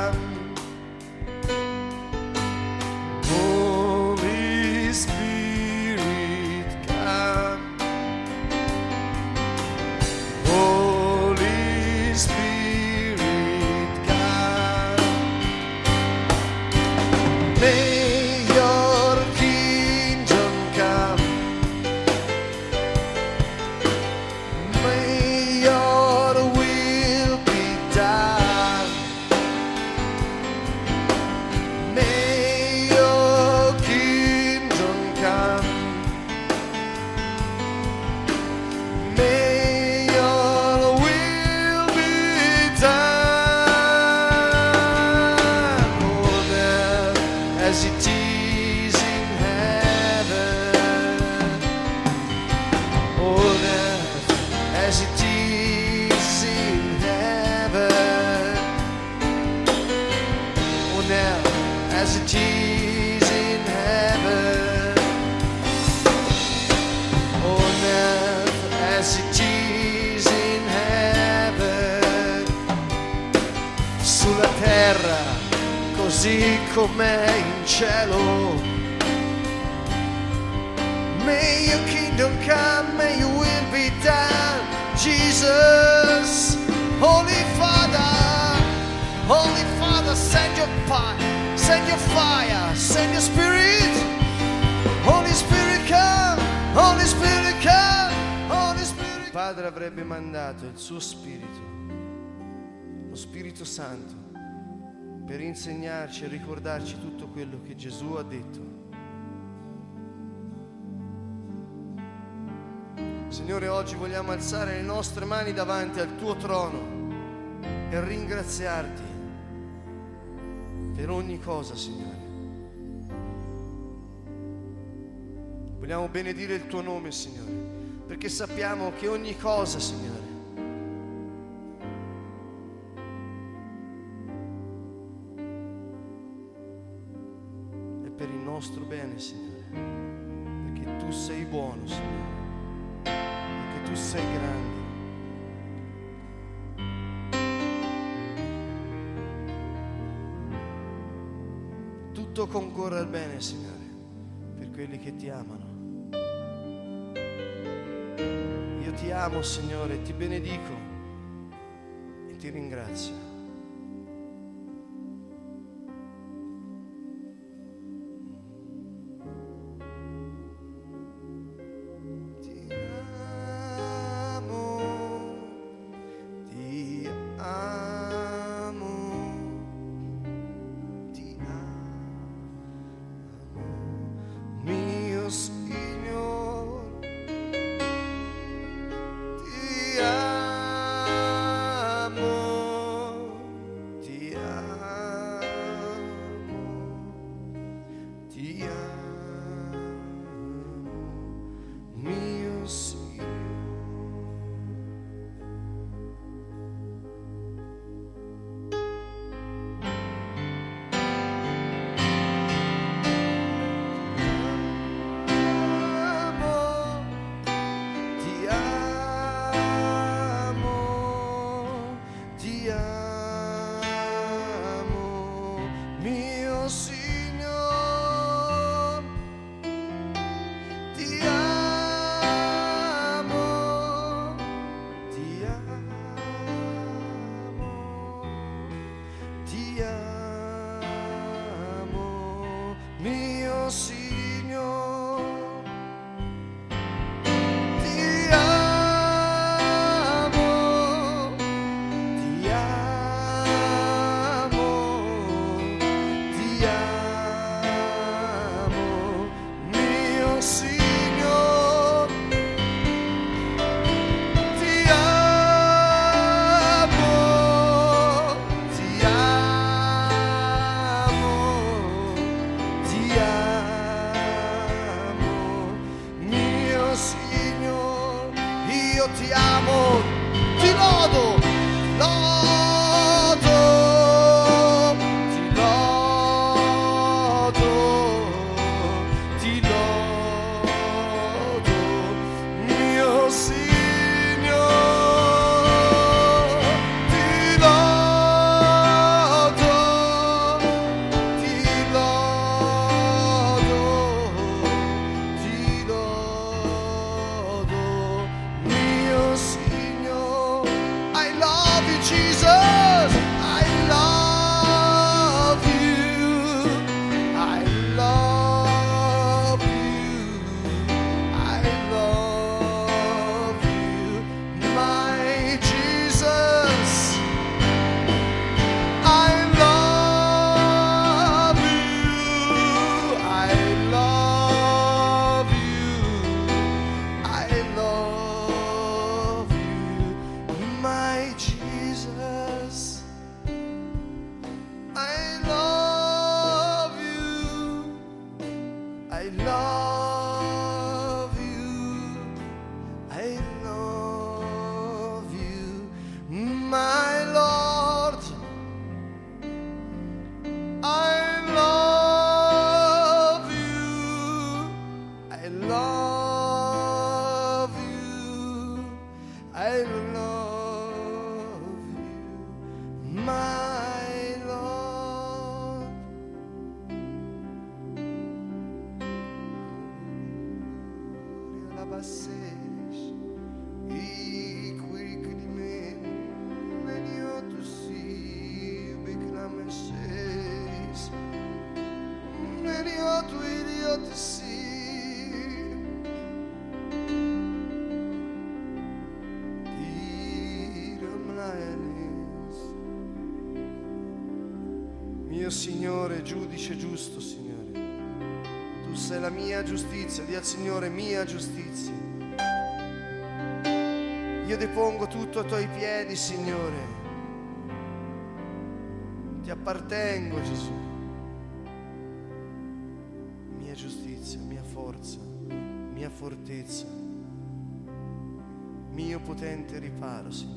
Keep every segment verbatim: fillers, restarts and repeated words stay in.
Holy Spirit, come. Holy Spirit, come. May your kingdom come. May your will be done. May your kingdom come. May your will be done on earth as it is in heaven. On earth as it is in heaven. On earth as it is in heaven. On earth as it is in heaven. Sulla terra così com'è in cielo. May your kingdom come, may your will be done, Jesus. Holy Father, Holy Father, send your fire, send your fire, send your spirit. Holy Spirit come, Holy Spirit come, Holy Spirit. Il Padre avrebbe mandato il suo Spirito, lo Spirito Santo, per insegnarci e ricordarci tutto quello che Gesù ha detto. Signore, oggi vogliamo alzare le nostre mani davanti al tuo trono e ringraziarti per ogni cosa, Signore. Vogliamo benedire il tuo nome, Signore, perché sappiamo che ogni cosa, Signore, è per il nostro bene, Signore, perché tu sei buono, Signore. Tu sei grande. Tutto concorre al bene, Signore, per quelli che ti amano. Io ti amo, Signore, ti benedico e ti ringrazio. Ti lodo, Mio Signore, giudice giusto, Signore, tu sei la mia giustizia. Dì al Signore: mia giustizia. Io depongo tutto ai tuoi piedi, Signore. Ti appartengo, Gesù. Mia giustizia, mia forza, mia fortezza, mio potente riparo, Signore.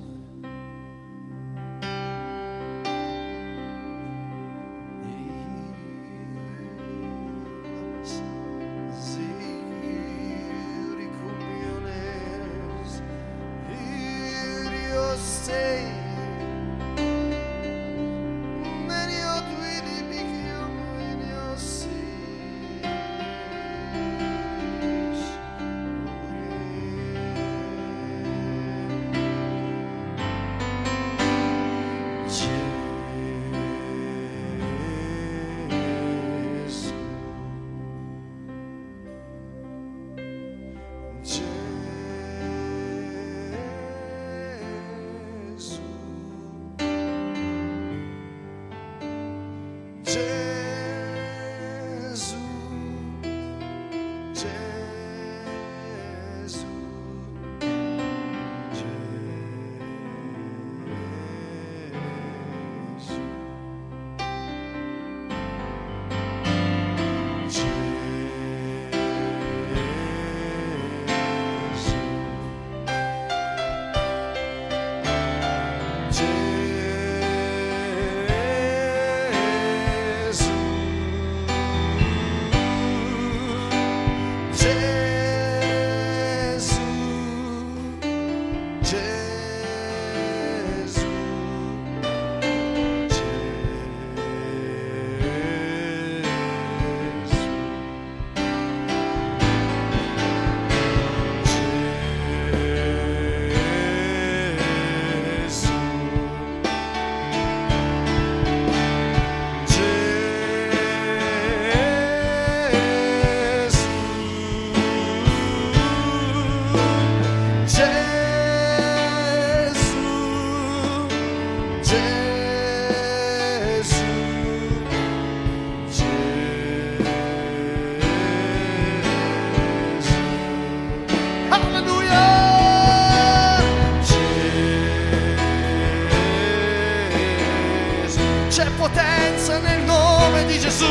C'è potenza nel nome di Gesù.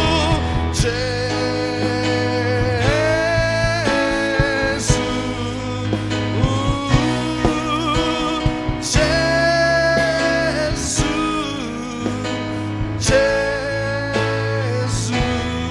Gesù, Gesù, Gesù,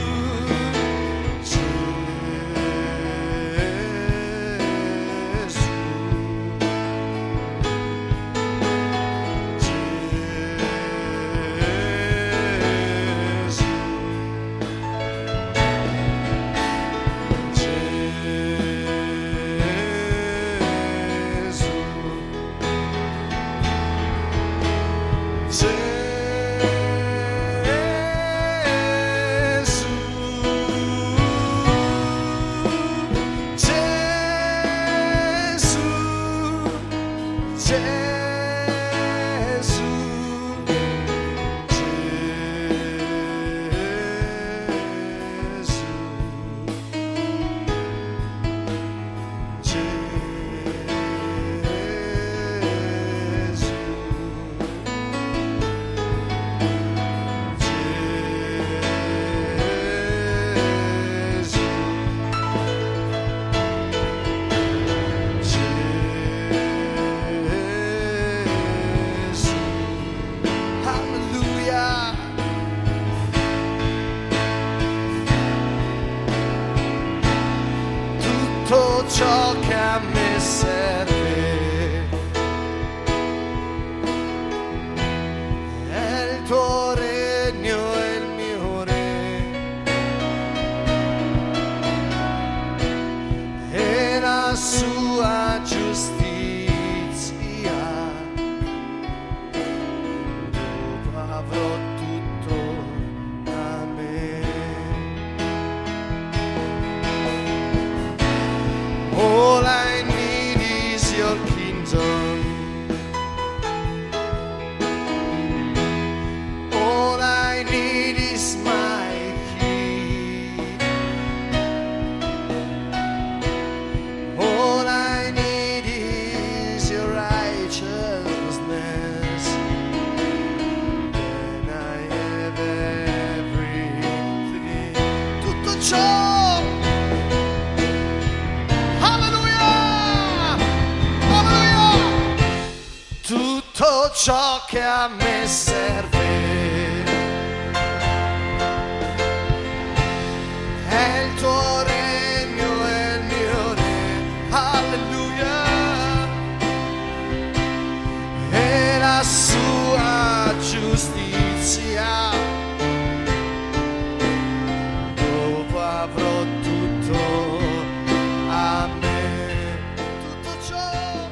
ciò che a me serve è il tuo regno e il mio re, e la sua giustizia dopo avrò tutto da me. All I need is your kingdom. All I need is my King. All I need is your righteousness. Then I have everything. Tutto ciò. Alleluia! Alleluia! Tutto ciò che a me serve è il tuo regno e il mio re. Alleluia! E la sua giustizia dopo avrò tutto a me. Tutto ciò.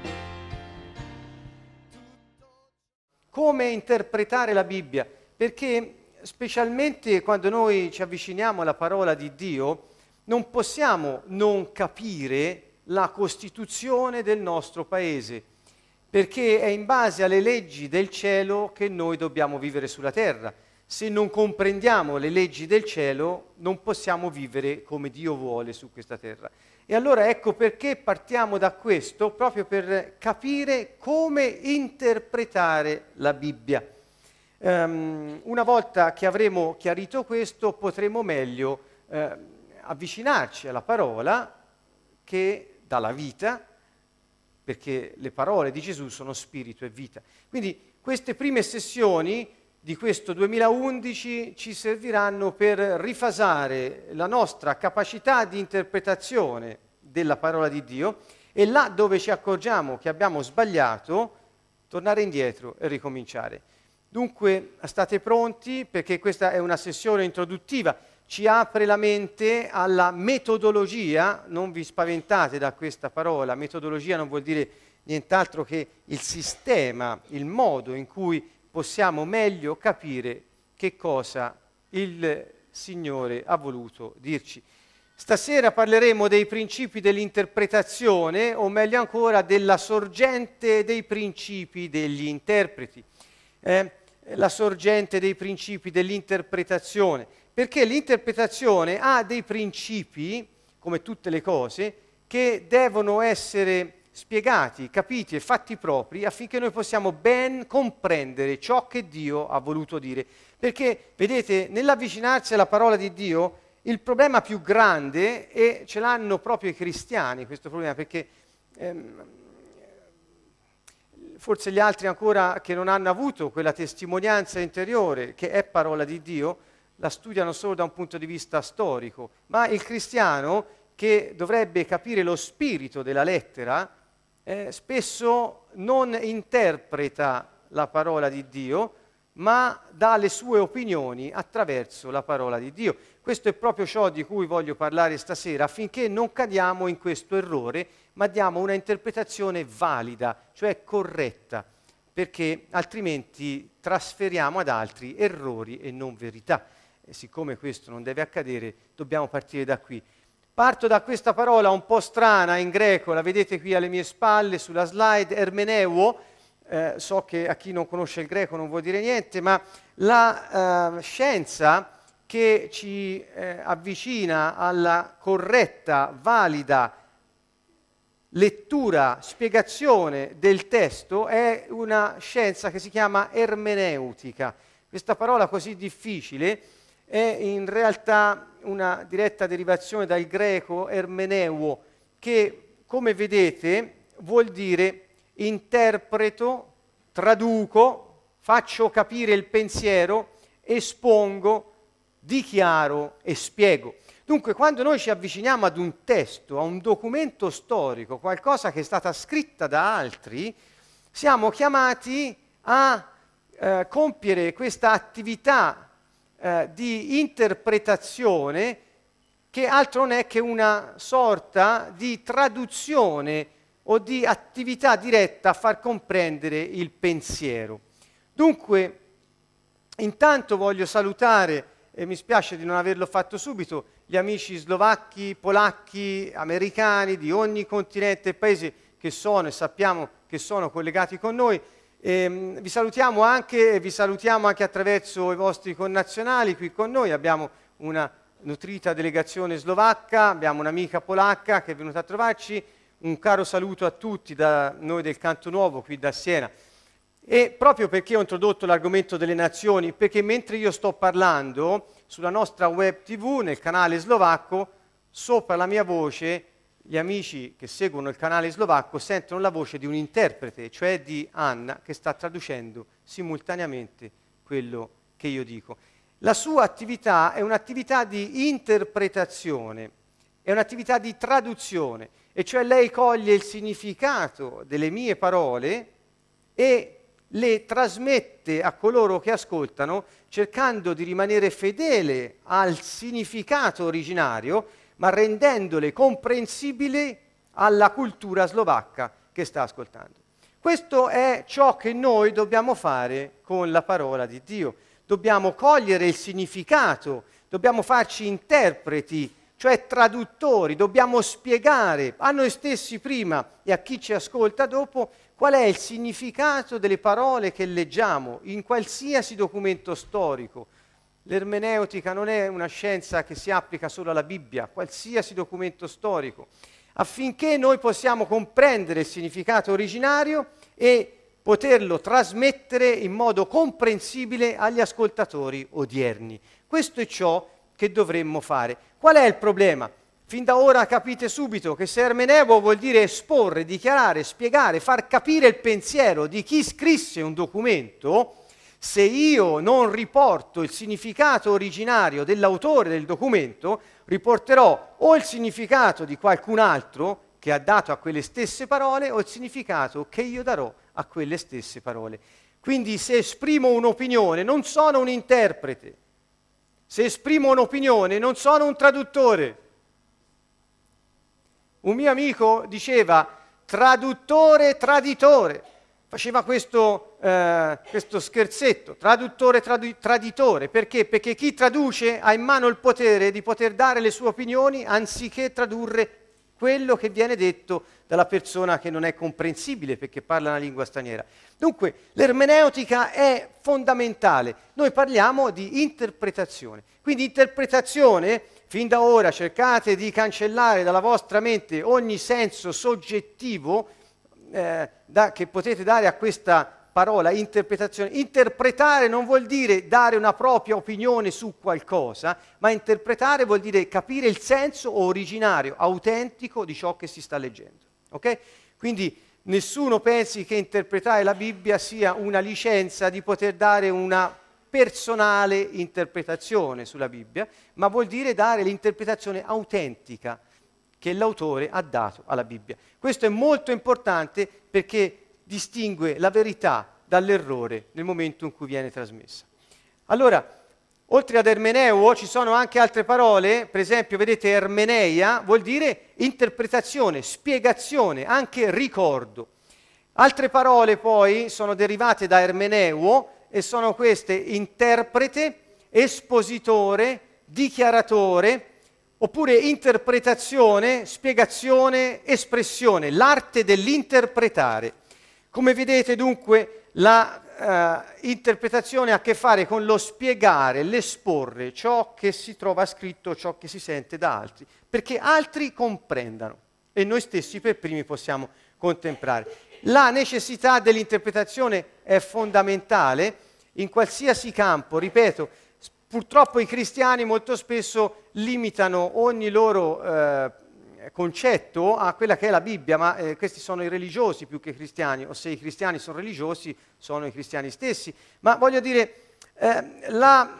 Come interpretare la Bibbia? Perché specialmente quando noi ci avviciniamo alla parola di Dio, non possiamo non capire la Costituzione del nostro Paese, perché è in base alle leggi del cielo che noi dobbiamo vivere sulla terra. Se non comprendiamo le leggi del cielo, non possiamo vivere come Dio vuole su questa terra. E allora ecco perché partiamo da questo, proprio per capire come interpretare la Bibbia. Um, una volta che avremo chiarito questo, potremo meglio eh, avvicinarci alla parola che dà la vita, perché le parole di Gesù sono spirito e vita. Quindi queste prime sessioni di questo duemilaundici ci serviranno per rifasare la nostra capacità di interpretazione della parola di Dio e là dove ci accorgiamo che abbiamo sbagliato, tornare indietro e ricominciare. Dunque state pronti, perché questa è una sessione introduttiva, ci apre la mente alla metodologia. Non vi spaventate da questa parola, metodologia non vuol dire nient'altro che il sistema, il modo in cui possiamo meglio capire che cosa il Signore ha voluto dirci. Stasera parleremo dei principi dell'interpretazione, o meglio ancora della sorgente dei principi degli interpreti. Eh, la sorgente dei principi dell'interpretazione, perché l'interpretazione ha dei principi, come tutte le cose, che devono essere spiegati, capiti e fatti propri affinché noi possiamo ben comprendere ciò che Dio ha voluto dire. Perché, vedete, nell'avvicinarsi alla parola di Dio, il problema più grande, e ce l'hanno proprio i cristiani questo problema, perché ehm, forse gli altri ancora che non hanno avuto quella testimonianza interiore che è parola di Dio, la studiano solo da un punto di vista storico, ma il cristiano che dovrebbe capire lo spirito della lettera eh, spesso non interpreta la parola di Dio, ma dà le sue opinioni attraverso la parola di Dio. Questo è proprio ciò di cui voglio parlare stasera, affinché non cadiamo in questo errore, ma diamo una interpretazione valida, cioè corretta, perché altrimenti trasferiamo ad altri errori e non verità. E siccome questo non deve accadere, dobbiamo partire da qui. Parto da questa parola un po' strana in greco, la vedete qui alle mie spalle sulla slide, ermeneuo. Eh, so che a chi non conosce il greco non vuol dire niente, ma la eh, scienza che ci eh, avvicina alla corretta, valida lettura, spiegazione del testo è una scienza che si chiama ermeneutica. Questa parola così difficile è in realtà una diretta derivazione dal greco ermeneuo, che come vedete vuol dire interpreto, traduco, faccio capire il pensiero, espongo, dichiaro e spiego. Dunque, quando noi ci avviciniamo ad un testo, a un documento storico, qualcosa che è stata scritta da altri, siamo chiamati a eh, compiere questa attività eh, di interpretazione che altro non è che una sorta di traduzione o di attività diretta a far comprendere il pensiero. Dunque, intanto voglio salutare, e mi spiace di non averlo fatto subito, gli amici slovacchi, polacchi, americani di ogni continente e paese che sono e sappiamo che sono collegati con noi. E, vi salutiamo anche, vi salutiamo anche attraverso i vostri connazionali qui con noi. Abbiamo una nutrita delegazione slovacca, abbiamo un'amica polacca che è venuta a trovarci. Un caro saluto a tutti da noi del Canto Nuovo qui da Siena. E proprio perché ho introdotto l'argomento delle nazioni, perché mentre io sto parlando sulla nostra web tivù, nel canale slovacco, sopra la mia voce, gli amici che seguono il canale slovacco sentono la voce di un interprete, cioè di Anna, che sta traducendo simultaneamente quello che io dico. La sua attività è un'attività di interpretazione, è un'attività di traduzione, e cioè lei coglie il significato delle mie parole e le trasmette a coloro che ascoltano, cercando di rimanere fedele al significato originario, ma rendendole comprensibili alla cultura slovacca che sta ascoltando. Questo è ciò che noi dobbiamo fare con la parola di Dio. Dobbiamo cogliere il significato, dobbiamo farci interpreti, cioè traduttori, dobbiamo spiegare a noi stessi prima e a chi ci ascolta dopo qual è il significato delle parole che leggiamo in qualsiasi documento storico. L'ermeneutica non è una scienza che si applica solo alla Bibbia, qualsiasi documento storico, affinché noi possiamo comprendere il significato originario e poterlo trasmettere in modo comprensibile agli ascoltatori odierni. Questo è ciò che dovremmo fare. Qual è il problema? Fin da ora capite subito che se ermeneuo vuol dire esporre, dichiarare, spiegare, far capire il pensiero di chi scrisse un documento. Se io non riporto il significato originario dell'autore del documento, riporterò o il significato di qualcun altro che ha dato a quelle stesse parole o il significato che io darò a quelle stesse parole. Quindi se esprimo un'opinione non sono un interprete, se esprimo un'opinione non sono un traduttore. Un mio amico diceva traduttore, traditore, faceva questo, eh, questo scherzetto, traduttore, tradu- traditore, perché? Perché chi traduce ha in mano il potere di poter dare le sue opinioni anziché tradurre quello che viene detto dalla persona che non è comprensibile perché parla una lingua straniera. Dunque, l'ermeneutica è fondamentale. Noi parliamo di interpretazione. Quindi interpretazione, fin da ora cercate di cancellare dalla vostra mente ogni senso soggettivo eh, da, che potete dare a questa parola, interpretazione. Interpretare non vuol dire dare una propria opinione su qualcosa, ma interpretare vuol dire capire il senso originario, autentico di ciò che si sta leggendo. Ok? Quindi nessuno pensi che interpretare la Bibbia sia una licenza di poter dare una personale interpretazione sulla Bibbia, ma vuol dire dare l'interpretazione autentica che l'autore ha dato alla Bibbia. Questo è molto importante perché distingue la verità dall'errore nel momento in cui viene trasmessa. Allora, oltre ad ermeneuo ci sono anche altre parole, per esempio vedete ermeneia vuol dire interpretazione, spiegazione, anche ricordo. Altre parole poi sono derivate da ermeneuo e sono queste interprete, espositore, dichiaratore, oppure interpretazione, spiegazione, espressione, l'arte dell'interpretare. Come vedete dunque la uh, interpretazione ha a che fare con lo spiegare, l'esporre ciò che si trova scritto, ciò che si sente da altri, perché altri comprendano e noi stessi per primi possiamo contemplare. La necessità dell'interpretazione è fondamentale in qualsiasi campo, ripeto, purtroppo i cristiani molto spesso limitano ogni loro eh, concetto a quella che è la Bibbia, ma eh, questi sono i religiosi più che i cristiani, o se i cristiani sono religiosi sono i cristiani stessi. Ma voglio dire, eh, la,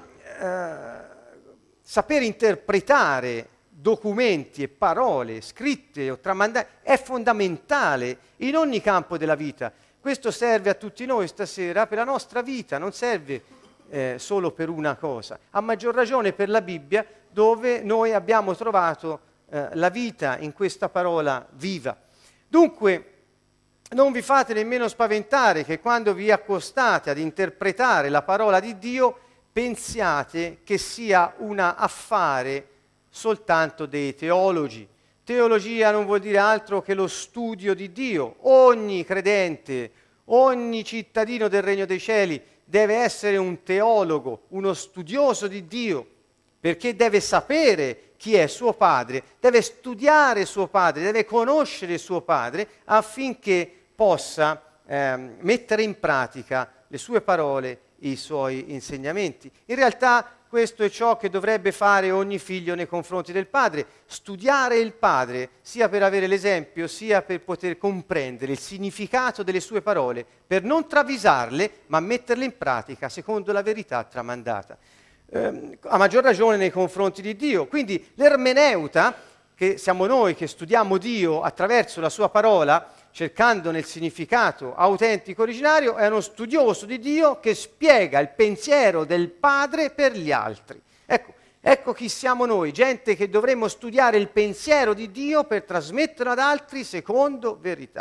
eh, saper interpretare documenti e parole scritte o tramandate è fondamentale in ogni campo della vita. Questo serve a tutti noi stasera per la nostra vita, non serve eh, solo per una cosa. A maggior ragione per la Bibbia, dove noi abbiamo trovato eh, la vita in questa parola viva. Dunque, non vi fate nemmeno spaventare che quando vi accostate ad interpretare la parola di Dio pensiate che sia un affare soltanto dei teologi. Teologia non vuol dire altro che lo studio di Dio. Ogni credente, ogni cittadino del Regno dei Cieli deve essere un teologo, uno studioso di Dio, perché deve sapere chi è suo padre, deve studiare suo padre, deve conoscere suo padre affinché possa ehm, mettere in pratica le sue parole, i suoi insegnamenti. In realtà questo è ciò che dovrebbe fare ogni figlio nei confronti del padre, studiare il padre, sia per avere l'esempio, sia per poter comprendere il significato delle sue parole, per non travisarle, ma metterle in pratica secondo la verità tramandata. Eh, a maggior ragione nei confronti di Dio. Quindi l'ermeneuta, che siamo noi che studiamo Dio attraverso la sua parola, cercandone il significato autentico originario, è uno studioso di Dio che spiega il pensiero del Padre per gli altri. Ecco, ecco chi siamo noi, gente che dovremmo studiare il pensiero di Dio per trasmetterlo ad altri secondo verità.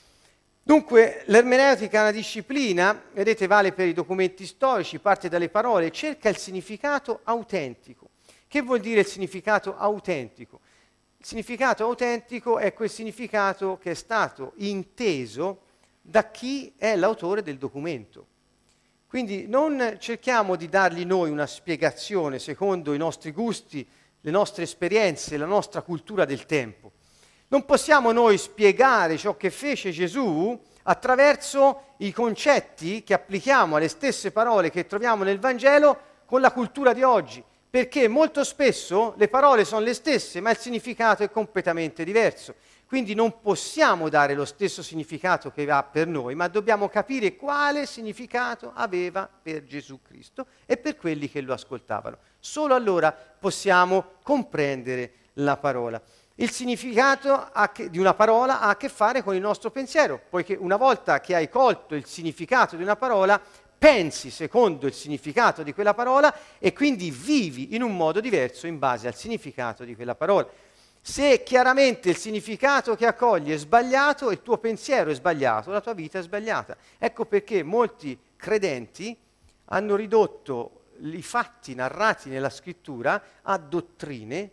Dunque, l'ermeneutica è una disciplina, vedete, vale per i documenti storici, parte dalle parole, cerca il significato autentico. Che vuol dire il significato autentico? Il significato autentico è quel significato che è stato inteso da chi è l'autore del documento. Quindi non cerchiamo di dargli noi una spiegazione secondo i nostri gusti, le nostre esperienze, la nostra cultura del tempo. Non possiamo noi spiegare ciò che fece Gesù attraverso i concetti che applichiamo alle stesse parole che troviamo nel Vangelo con la cultura di oggi. Perché molto spesso le parole sono le stesse, ma il significato è completamente diverso. Quindi non possiamo dare lo stesso significato che ha per noi, ma dobbiamo capire quale significato aveva per Gesù Cristo e per quelli che lo ascoltavano. Solo allora possiamo comprendere la parola. Il significato che, di una parola ha a che fare con il nostro pensiero, poiché una volta che hai colto il significato di una parola, pensi secondo il significato di quella parola e quindi vivi in un modo diverso in base al significato di quella parola. Se chiaramente il significato che accogli è sbagliato, il tuo pensiero è sbagliato, la tua vita è sbagliata. Ecco perché molti credenti hanno ridotto i fatti narrati nella scrittura a dottrine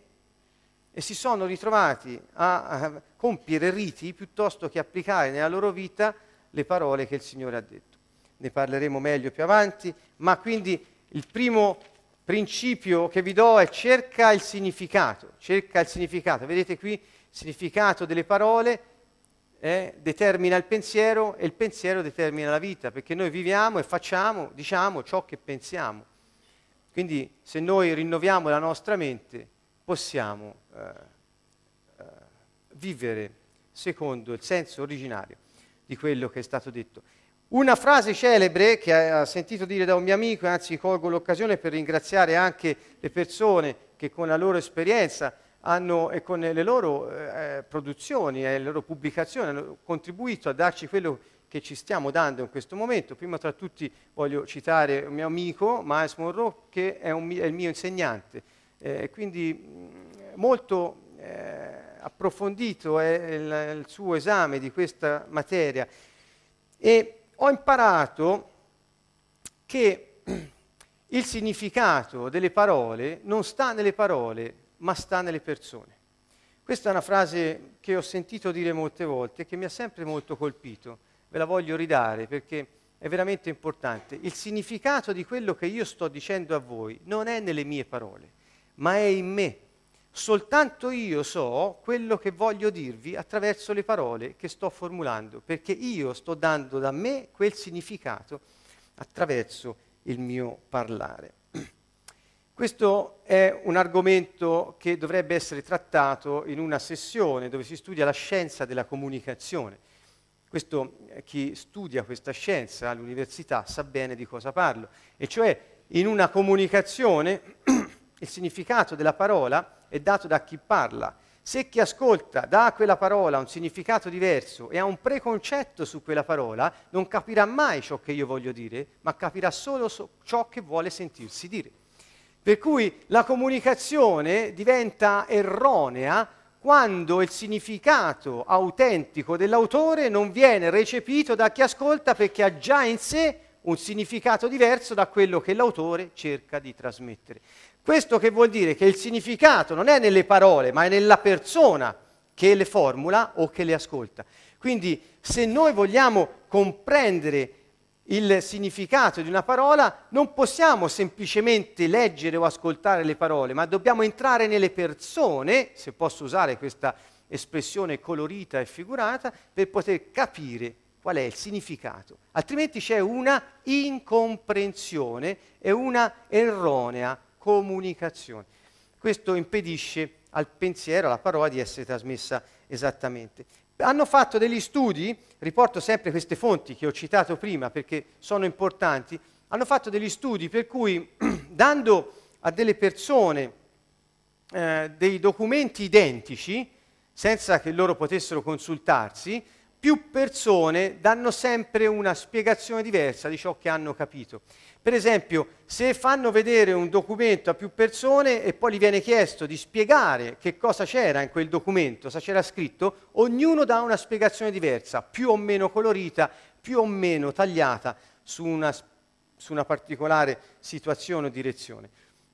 e si sono ritrovati a, a compiere riti piuttosto che applicare nella loro vita le parole che il Signore ha detto. Ne parleremo meglio più avanti, ma quindi il primo principio che vi do è cerca il significato, cerca il significato. Vedete qui il significato delle parole eh, determina il pensiero e il pensiero determina la vita, perché noi viviamo e facciamo, diciamo ciò che pensiamo. Quindi se noi rinnoviamo la nostra mente possiamo eh, eh, vivere secondo il senso originario di quello che è stato detto. Una frase celebre che ha sentito dire da un mio amico, anzi colgo l'occasione per ringraziare anche le persone che con la loro esperienza hanno, e con le loro eh, produzioni e le loro pubblicazioni hanno contribuito a darci quello che ci stiamo dando in questo momento. Prima tra tutti voglio citare un mio amico, Miles Monroe, che è, un, è il mio insegnante. Eh, quindi mh, molto eh, approfondito è il, il suo esame di questa materia. E ho imparato che il significato delle parole non sta nelle parole, ma sta nelle persone. Questa è una frase che ho sentito dire molte volte e che mi ha sempre molto colpito. Ve la voglio ridare perché è veramente importante. Il significato di quello che io sto dicendo a voi non è nelle mie parole, ma è in me. Soltanto io so quello che voglio dirvi attraverso le parole che sto formulando, perché io sto dando da me quel significato attraverso il mio parlare. Questo è un argomento che dovrebbe essere trattato in una sessione dove si studia la scienza della comunicazione. Questo, eh, chi studia questa scienza all'università sa bene di cosa parlo, e cioè in una comunicazione il significato della parola è dato da chi parla. Se chi ascolta dà a quella parola un significato diverso e ha un preconcetto su quella parola, non capirà mai ciò che io voglio dire, ma capirà solo so- ciò che vuole sentirsi dire. Per cui la comunicazione diventa erronea quando il significato autentico dell'autore non viene recepito da chi ascolta, perché ha già in sé un significato diverso da quello che l'autore cerca di trasmettere. Questo che vuol dire che il significato non è nelle parole, ma è nella persona che le formula o che le ascolta. Quindi se noi vogliamo comprendere il significato di una parola, non possiamo semplicemente leggere o ascoltare le parole, ma dobbiamo entrare nelle persone, se posso usare questa espressione colorita e figurata, per poter capire qual è il significato. Altrimenti c'è una incomprensione e una erronea comunicazione. Questo impedisce al pensiero, alla parola, di essere trasmessa esattamente. Hanno fatto degli studi, riporto sempre queste fonti che ho citato prima perché sono importanti, hanno fatto degli studi per cui dando a delle persone eh, dei documenti identici, senza che loro potessero consultarsi, più persone danno sempre una spiegazione diversa di ciò che hanno capito. Per esempio, se fanno vedere un documento a più persone e poi gli viene chiesto di spiegare che cosa c'era in quel documento, cosa c'era scritto, ognuno dà una spiegazione diversa, più o meno colorita, più o meno tagliata su una, su una particolare situazione o direzione.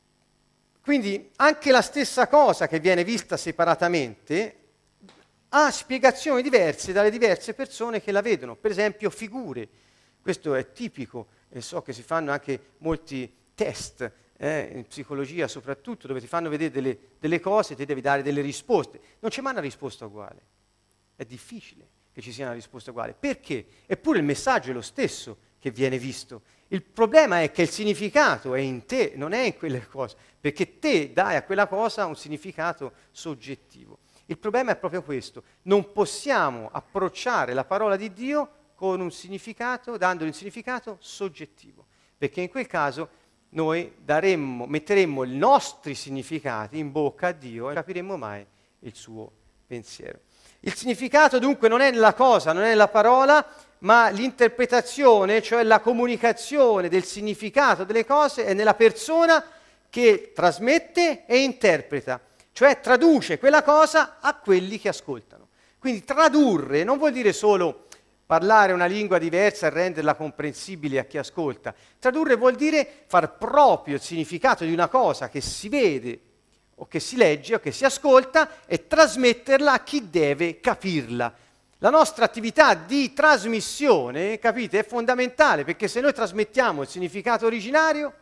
Quindi anche la stessa cosa che viene vista separatamente ha spiegazioni diverse dalle diverse persone che la vedono. Per esempio figure, questo è tipico. E so che si fanno anche molti test, eh, in psicologia soprattutto, dove ti fanno vedere delle, delle cose e ti devi dare delle risposte. Non c'è mai una risposta uguale. È difficile che ci sia una risposta uguale. Perché? Eppure il messaggio è lo stesso che viene visto. Il problema è che il significato è in te, non è in quelle cose, perché te dai a quella cosa un significato soggettivo. Il problema è proprio questo. Non possiamo approcciare la parola di Dio con un significato, dandogli un significato soggettivo, perché in quel caso noi daremmo, metteremmo i nostri significati in bocca a Dio e non capiremmo mai il suo pensiero. Il significato dunque non è nella cosa, non è nella parola, ma l'interpretazione, cioè la comunicazione del significato delle cose, è nella persona che trasmette e interpreta, cioè traduce quella cosa a quelli che ascoltano. Quindi tradurre non vuol dire solo parlare una lingua diversa e renderla comprensibile a chi ascolta. Tradurre vuol dire far proprio il significato di una cosa che si vede o che si legge o che si ascolta e trasmetterla a chi deve capirla. La nostra attività di trasmissione, capite, è fondamentale, perché se noi trasmettiamo il significato originario,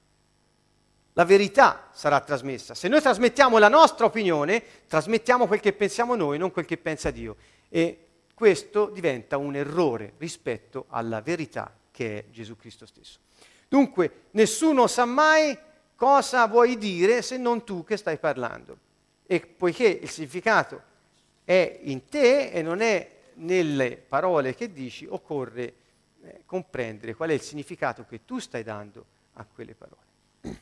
la verità sarà trasmessa. Se noi trasmettiamo la nostra opinione, trasmettiamo quel che pensiamo noi, non quel che pensa Dio. E questo diventa un errore rispetto alla verità che è Gesù Cristo stesso. Dunque, nessuno sa mai cosa vuoi dire se non tu che stai parlando. E poiché il significato è in te e non è nelle parole che dici, occorre eh, comprendere qual è il significato che tu stai dando a quelle parole.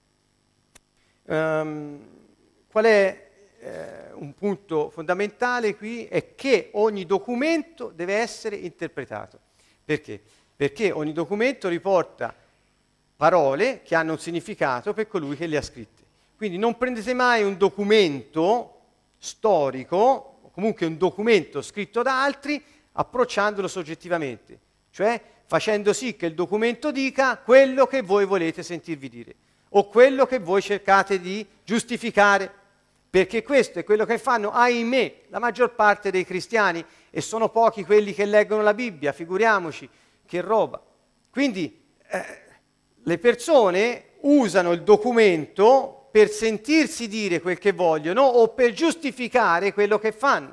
Um, qual è Eh, un punto fondamentale qui è che ogni documento deve essere interpretato. Perché? Perché ogni documento riporta parole che hanno un significato per colui che le ha scritte. Quindi non prendete mai un documento storico, o comunque un documento scritto da altri, approcciandolo soggettivamente, cioè facendo sì che il documento dica quello che voi volete sentirvi dire, o quello che voi cercate di giustificare. Perché questo è quello che fanno, ahimè, la maggior parte dei cristiani, e sono pochi quelli che leggono la Bibbia, figuriamoci che roba. Quindi eh, le persone usano il documento per sentirsi dire quel che vogliono o per giustificare quello che fanno.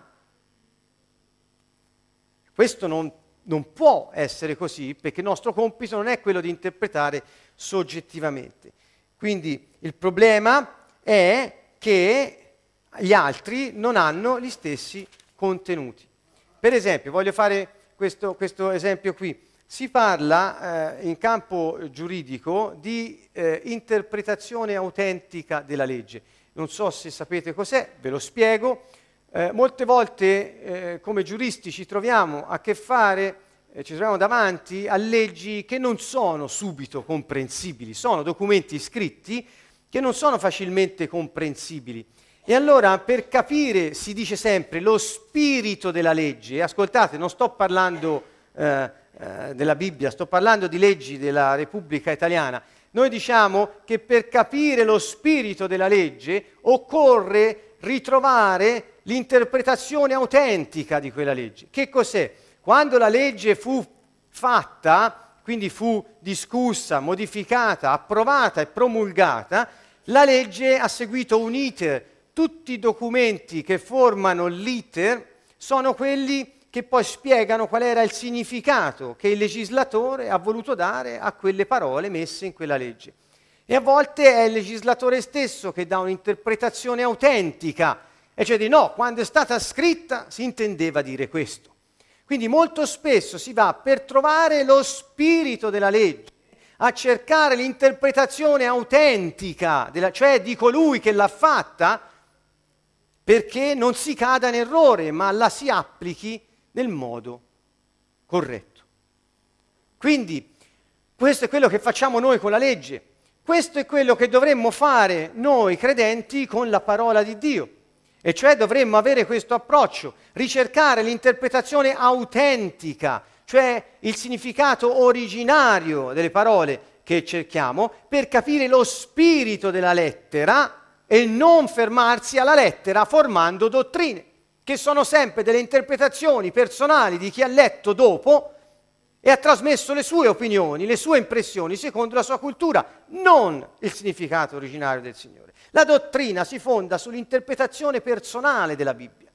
Questo non, non può essere così, perché il nostro compito non è quello di interpretare soggettivamente. Quindi il problema è che gli altri non hanno gli stessi contenuti. Per esempio, voglio fare questo, questo esempio qui. Si parla eh, in campo giuridico di eh, interpretazione autentica della legge. Non so se sapete cos'è, ve lo spiego. Eh, molte volte eh, come giuristi ci troviamo a che fare, eh, ci troviamo davanti a leggi che non sono subito comprensibili, sono documenti scritti che non sono facilmente comprensibili. E allora per capire, si dice sempre, lo spirito della legge, ascoltate, non sto parlando eh, eh, della Bibbia, sto parlando di leggi della Repubblica Italiana. Noi diciamo che per capire lo spirito della legge occorre ritrovare l'interpretazione autentica di quella legge. Che cos'è? Quando la legge fu fatta, quindi fu discussa, modificata, approvata e promulgata, la legge ha seguito un iter. Tutti i documenti che formano l'iter sono quelli che poi spiegano qual era il significato che il legislatore ha voluto dare a quelle parole messe in quella legge. E a volte è il legislatore stesso che dà un'interpretazione autentica, e cioè di no, quando è stata scritta si intendeva dire questo. Quindi molto spesso si va per trovare lo spirito della legge, a cercare l'interpretazione autentica, della, cioè di colui che l'ha fatta, perché non si cada in errore, ma la si applichi nel modo corretto. Quindi questo è quello che facciamo noi con la legge, questo è quello che dovremmo fare noi credenti con la parola di Dio, e cioè dovremmo avere questo approccio, ricercare l'interpretazione autentica, cioè il significato originario delle parole che cerchiamo, per capire lo spirito della lettera e non fermarsi alla lettera formando dottrine, che sono sempre delle interpretazioni personali di chi ha letto dopo e ha trasmesso le sue opinioni, le sue impressioni secondo la sua cultura, non il significato originario del Signore. La dottrina si fonda sull'interpretazione personale della Bibbia.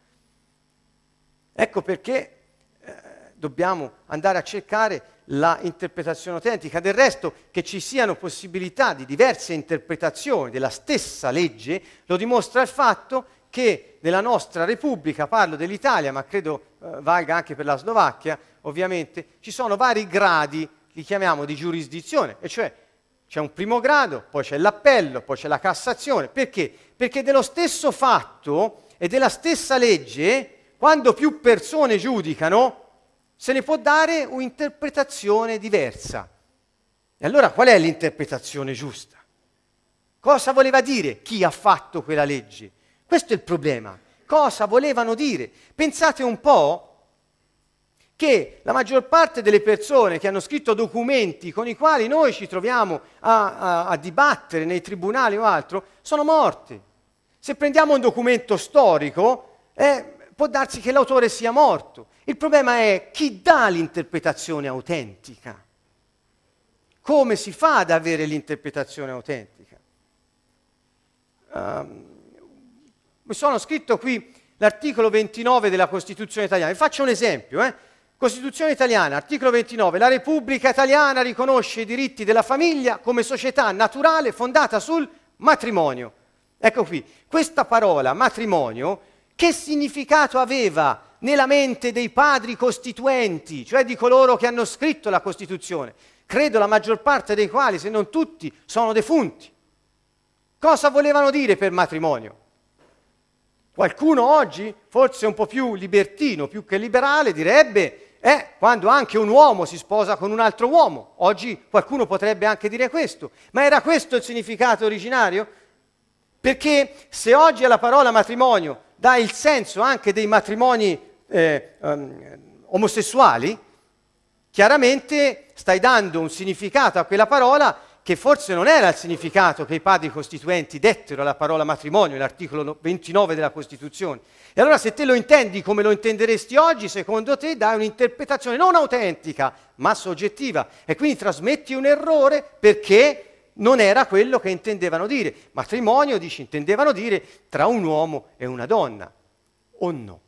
Ecco perché eh, dobbiamo andare a cercare la interpretazione autentica. Del resto, che ci siano possibilità di diverse interpretazioni della stessa legge lo dimostra il fatto che nella nostra Repubblica, parlo dell'Italia, ma credo eh, valga anche per la Slovacchia, ovviamente, ci sono vari gradi, li chiamiamo di giurisdizione, e cioè c'è un primo grado, poi c'è l'appello, poi c'è la Cassazione. Perché? Perché dello stesso fatto e della stessa legge, quando più persone giudicano, se ne può dare un'interpretazione diversa. E allora qual è l'interpretazione giusta? Cosa voleva dire chi ha fatto quella legge? Questo è il problema. Cosa volevano dire? Pensate un po' che la maggior parte delle persone che hanno scritto documenti con i quali noi ci troviamo a, a, a dibattere nei tribunali o altro, sono morti. Se prendiamo un documento storico, eh, può darsi che l'autore sia morto. Il problema è chi dà l'interpretazione autentica. Come si fa ad avere l'interpretazione autentica? Um, mi sono scritto qui l'articolo ventinove della Costituzione italiana. Vi faccio un esempio, eh? Costituzione italiana, articolo ventinove. La Repubblica italiana riconosce i diritti della famiglia come società naturale fondata sul matrimonio. Ecco qui, questa parola, matrimonio, che significato aveva nella mente dei padri costituenti, cioè di coloro che hanno scritto la Costituzione? Credo la maggior parte dei quali, se non tutti, sono defunti. Cosa volevano dire per matrimonio? Qualcuno oggi, forse un po' più libertino, più che liberale, direbbe eh, quando anche un uomo si sposa con un altro uomo. Oggi qualcuno potrebbe anche dire questo. Ma era questo il significato originario? Perché se oggi alla parola matrimonio dà il senso anche dei matrimoni eh, um, omosessuali, chiaramente stai dando un significato a quella parola che forse non era il significato che i padri costituenti dettero alla parola matrimonio, nell'articolo ventinove della Costituzione. E allora se te lo intendi come lo intenderesti oggi, secondo te dai un'interpretazione non autentica, ma soggettiva, e quindi trasmetti un errore perché non era quello che intendevano dire. Matrimonio, dici, intendevano dire tra un uomo e una donna, o no?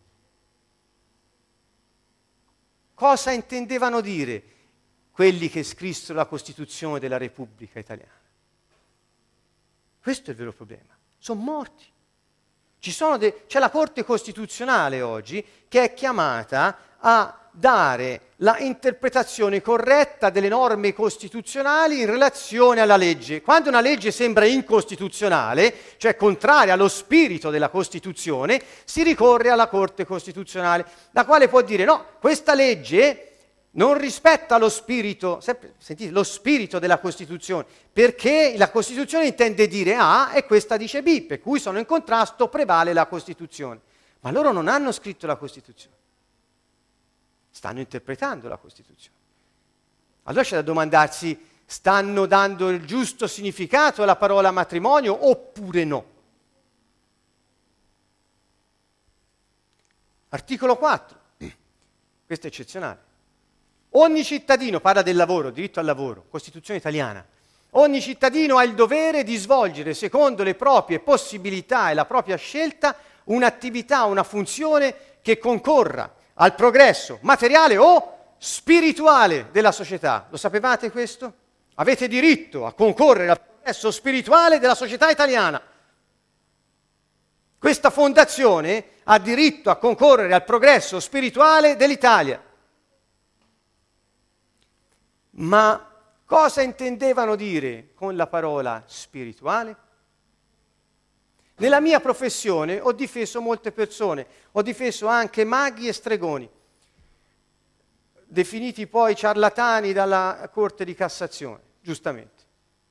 Cosa intendevano dire quelli che scrissero la Costituzione della Repubblica Italiana? Questo è il vero problema. Sono morti. Ci sono de- c'è la Corte Costituzionale oggi che è chiamata a dare la interpretazione corretta delle norme costituzionali in relazione alla legge. Quando una legge sembra incostituzionale, cioè contraria allo spirito della Costituzione, si ricorre alla Corte Costituzionale, la quale può dire no, questa legge non rispetta lo spirito, sempre, sentite, lo spirito della Costituzione, perché la Costituzione intende dire A e questa dice B, per cui sono in contrasto, prevale la Costituzione. Ma loro non hanno scritto la Costituzione, stanno interpretando la Costituzione. Allora c'è da domandarsi, stanno dando il giusto significato alla parola matrimonio oppure no? Articolo quattro, questo è eccezionale. Ogni cittadino, parla del lavoro, diritto al lavoro, Costituzione italiana, ogni cittadino ha il dovere di svolgere secondo le proprie possibilità e la propria scelta un'attività, una funzione che concorra al progresso materiale o spirituale della società. Lo sapevate questo? Avete diritto a concorrere al progresso spirituale della società italiana. Questa fondazione ha diritto a concorrere al progresso spirituale dell'Italia. Ma cosa intendevano dire con la parola spirituale? Nella mia professione ho difeso molte persone, ho difeso anche maghi e stregoni, definiti poi ciarlatani dalla Corte di Cassazione, giustamente.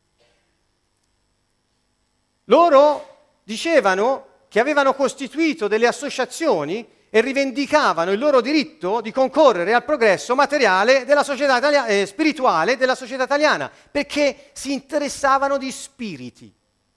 Loro dicevano che avevano costituito delle associazioni e rivendicavano il loro diritto di concorrere al progresso materiale della società italiana, eh, spirituale della società italiana, perché si interessavano di spiriti.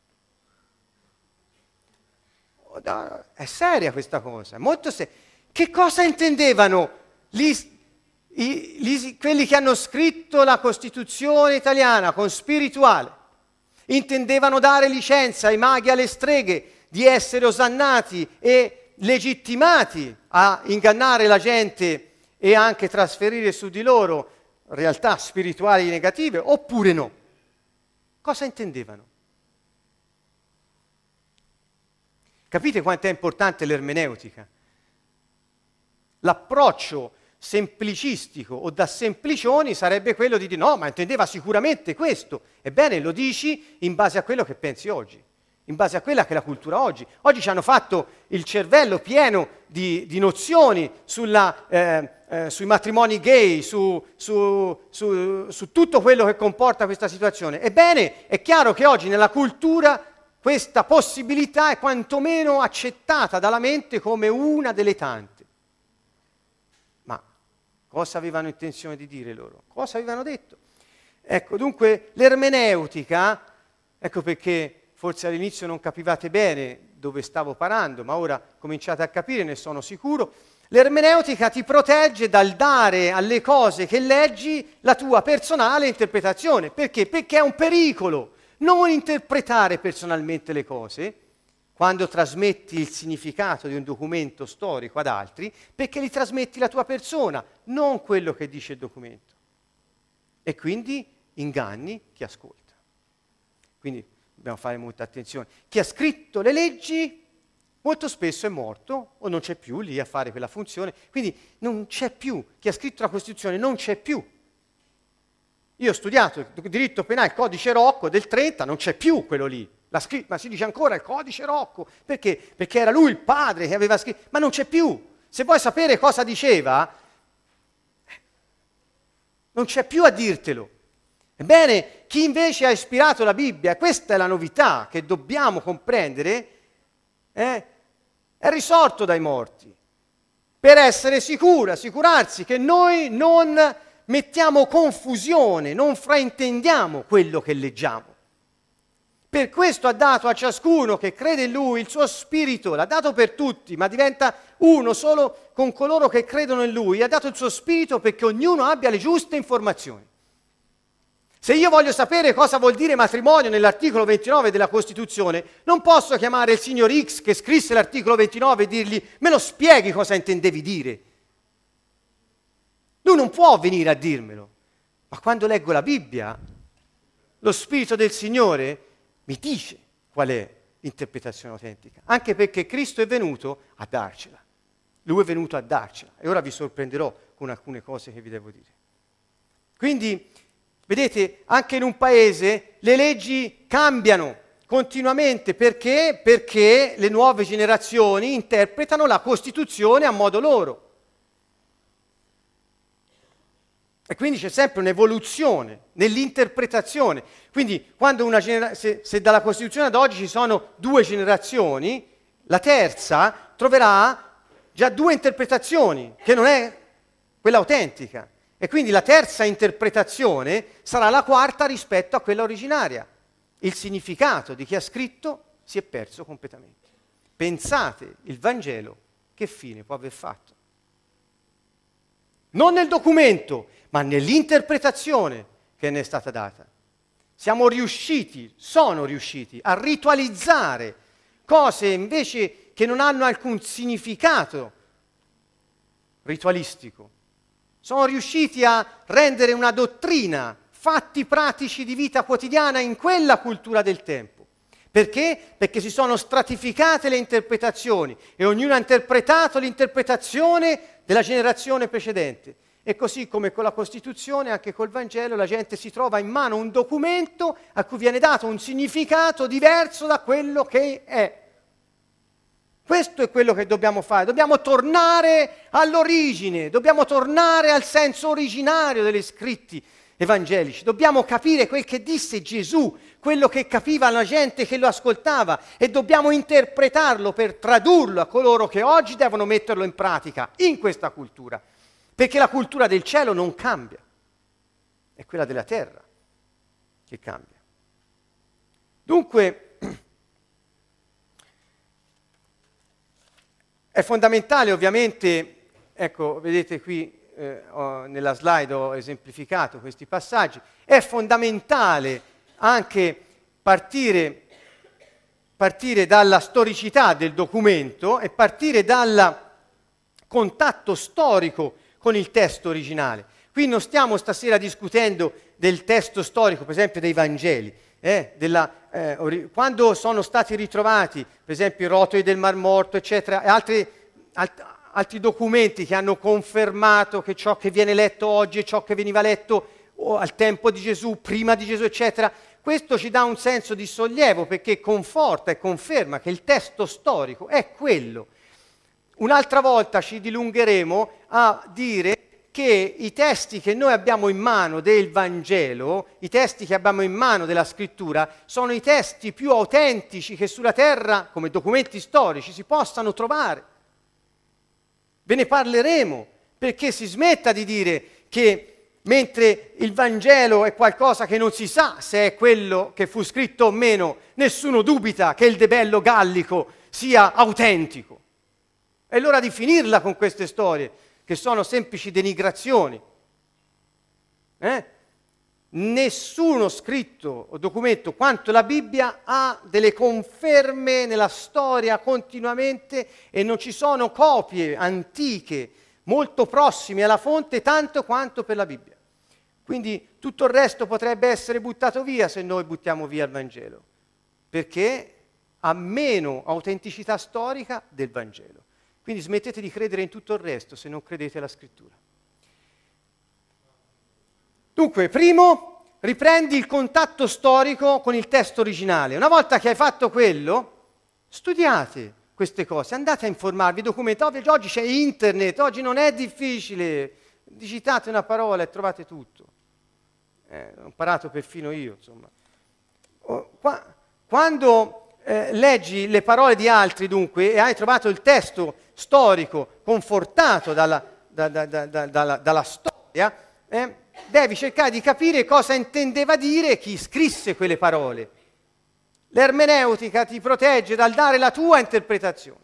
È seria questa cosa, è molto seria. Che cosa intendevano gli, i, gli, quelli che hanno scritto la Costituzione italiana con spirituale? Intendevano dare licenza ai maghi e alle streghe di essere osannati e legittimati a ingannare la gente e anche trasferire su di loro realtà spirituali negative, oppure no? Cosa intendevano? Capite quanto è importante l'ermeneutica? L'approccio semplicistico o da semplicioni sarebbe quello di dire no, ma intendeva sicuramente questo. Ebbene, lo dici in base a quello che pensi oggi, in base a quella che è la cultura oggi. Oggi ci hanno fatto il cervello pieno di, di nozioni sulla, eh, eh, sui matrimoni gay, su, su, su, su tutto quello che comporta questa situazione. Ebbene, è chiaro che oggi nella cultura questa possibilità è quantomeno accettata dalla mente come una delle tante. Ma cosa avevano intenzione di dire loro? Cosa avevano detto? Ecco, dunque, l'ermeneutica, ecco perché forse all'inizio non capivate bene dove stavo parando, ma ora cominciate a capire, ne sono sicuro. L'ermeneutica ti protegge dal dare alle cose che leggi la tua personale interpretazione. Perché? Perché è un pericolo non interpretare personalmente le cose quando trasmetti il significato di un documento storico ad altri, perché li trasmetti la tua persona, non quello che dice il documento. E quindi inganni chi ascolta. Quindi dobbiamo fare molta attenzione. Chi ha scritto le leggi molto spesso è morto o non c'è più lì a fare quella funzione, quindi non c'è più. Chi ha scritto la Costituzione non c'è più. Io ho studiato il diritto penale, il codice Rocco del trenta, non c'è più quello lì. La scr- ma si dice ancora il codice Rocco, perché? Perché era lui il padre che aveva scritto, ma non c'è più. Se vuoi sapere cosa diceva, non c'è più a dirtelo. Ebbene, chi invece ha ispirato la Bibbia, questa è la novità che dobbiamo comprendere, eh, è risorto dai morti, per essere sicuro, assicurarsi che noi non mettiamo confusione, non fraintendiamo quello che leggiamo. Per questo ha dato a ciascuno che crede in Lui il suo spirito, l'ha dato per tutti, ma diventa uno solo con coloro che credono in Lui, ha dato il suo spirito perché ognuno abbia le giuste informazioni. Se io voglio sapere cosa vuol dire matrimonio nell'articolo ventinove della Costituzione, non posso chiamare il signor X che scrisse l'articolo ventinove e dirgli me lo spieghi cosa intendevi dire. Lui non può venire a dirmelo, ma quando leggo la Bibbia, lo Spirito del Signore mi dice qual è l'interpretazione autentica, anche perché Cristo è venuto a darcela. Lui è venuto a darcela e ora vi sorprenderò con alcune cose che vi devo dire. Quindi, vedete, anche in un paese le leggi cambiano continuamente. Perché? Perché le nuove generazioni interpretano la Costituzione a modo loro. E quindi c'è sempre un'evoluzione nell'interpretazione. Quindi quando una genera- se, se dalla Costituzione ad oggi ci sono due generazioni, la terza troverà già due interpretazioni, che non è quella autentica. E quindi la terza interpretazione sarà la quarta rispetto a quella originaria. Il significato di chi ha scritto si è perso completamente. Pensate il Vangelo che fine può aver fatto. Non nel documento, ma nell'interpretazione che ne è stata data. Siamo riusciti, sono riusciti a ritualizzare cose invece che non hanno alcun significato ritualistico. Sono riusciti a rendere una dottrina, fatti pratici di vita quotidiana in quella cultura del tempo. Perché? Perché si sono stratificate le interpretazioni e ognuno ha interpretato l'interpretazione della generazione precedente. E così come con la Costituzione, anche col Vangelo, la gente si trova in mano un documento a cui viene dato un significato diverso da quello che è. Questo è quello che dobbiamo fare, dobbiamo tornare all'origine, dobbiamo tornare al senso originario degli scritti evangelici, dobbiamo capire quel che disse Gesù, quello che capiva la gente che lo ascoltava e dobbiamo interpretarlo per tradurlo a coloro che oggi devono metterlo in pratica in questa cultura, perché la cultura del cielo non cambia, è quella della terra che cambia. Dunque, è fondamentale ovviamente, ecco, vedete qui eh, ho, nella slide ho esemplificato questi passaggi, è fondamentale anche partire, partire dalla storicità del documento e partire dal contatto storico con il testo originale. Qui non stiamo stasera discutendo del testo storico, per esempio dei Vangeli, eh, della, eh, ori- quando sono stati ritrovati, per esempio i rotoli del Mar Morto, eccetera, e altri, alt- altri documenti che hanno confermato che ciò che viene letto oggi è ciò che veniva letto oh, al tempo di Gesù, prima di Gesù, eccetera, questo ci dà un senso di sollievo perché conforta e conferma che il testo storico è quello. Un'altra volta ci dilungheremo a dire che i testi che noi abbiamo in mano del Vangelo, i testi che abbiamo in mano della Scrittura, sono i testi più autentici che sulla terra, come documenti storici, si possano trovare. Ve ne parleremo, perché si smetta di dire che mentre il Vangelo è qualcosa che non si sa se è quello che fu scritto o meno, nessuno dubita che il debello gallico sia autentico. È l'ora di finirla con queste storie, che sono semplici denigrazioni. Eh? Nessuno scritto o documento quanto la Bibbia ha delle conferme nella storia continuamente e non ci sono copie antiche molto prossime alla fonte tanto quanto per la Bibbia. Quindi tutto il resto potrebbe essere buttato via se noi buttiamo via il Vangelo, perché ha meno autenticità storica del Vangelo. Quindi smettete di credere in tutto il resto se non credete alla Scrittura. Dunque, primo, riprendi il contatto storico con il testo originale. Una volta che hai fatto quello, studiate queste cose, andate a informarvi, documentate. Oggi c'è internet, oggi non è difficile. Digitate una parola e trovate tutto. Eh, ho imparato perfino io, insomma. Qua, quando... Eh, leggi le parole di altri dunque e hai trovato il testo storico confortato dalla, da, da, da, da, dalla, dalla storia, eh, devi cercare di capire cosa intendeva dire chi scrisse quelle parole. L'ermeneutica ti protegge dal dare la tua interpretazione.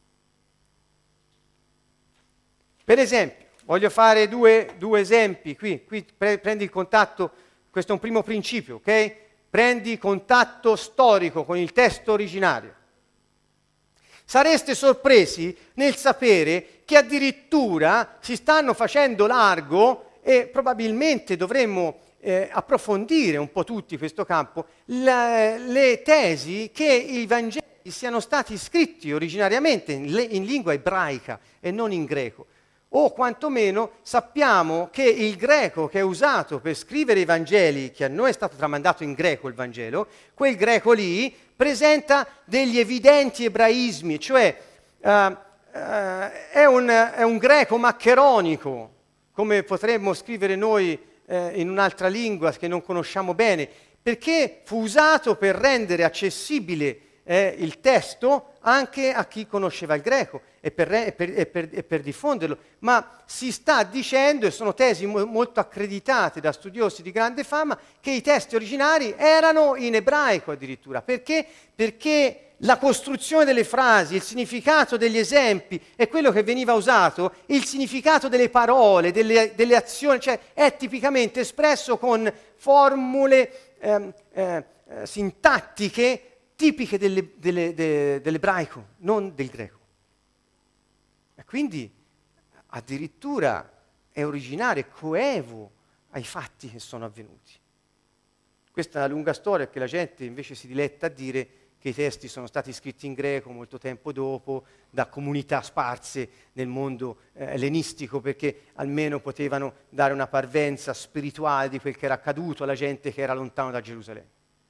Per esempio, voglio fare due, due esempi qui, qui pre- prendi il contatto, questo è un primo principio, ok? Prendi contatto storico con il testo originario. Sareste sorpresi nel sapere che addirittura si stanno facendo largo e probabilmente dovremmo eh, approfondire un po' tutti questo campo, la, le tesi che i Vangeli siano stati scritti originariamente in, in lingua ebraica e non in greco. O quantomeno sappiamo che il greco che è usato per scrivere i Vangeli, che a noi è stato tramandato in greco il Vangelo, quel greco lì presenta degli evidenti ebraismi, cioè uh, uh, è, un, è un greco maccheronico, come potremmo scrivere noi eh, in un'altra lingua che non conosciamo bene, perché fu usato per rendere accessibile eh, il testo anche a chi conosceva il greco e per, e, per, e, per, e per diffonderlo. Ma si sta dicendo, e sono tesi mo- molto accreditate da studiosi di grande fama, che i testi originari erano in ebraico addirittura. Perché? Perché la costruzione delle frasi, il significato degli esempi è quello che veniva usato, il significato delle parole, delle, delle azioni, cioè è tipicamente espresso con formule eh, eh, sintattiche tipiche delle, delle, de, dell'ebraico, non del greco. E quindi addirittura è originario, è coevo ai fatti che sono avvenuti. Questa è una lunga storia che la gente invece si diletta a dire che i testi sono stati scritti in greco molto tempo dopo, da comunità sparse nel mondo eh, ellenistico, perché almeno potevano dare una parvenza spirituale di quel che era accaduto alla gente che era lontano da Gerusalemme.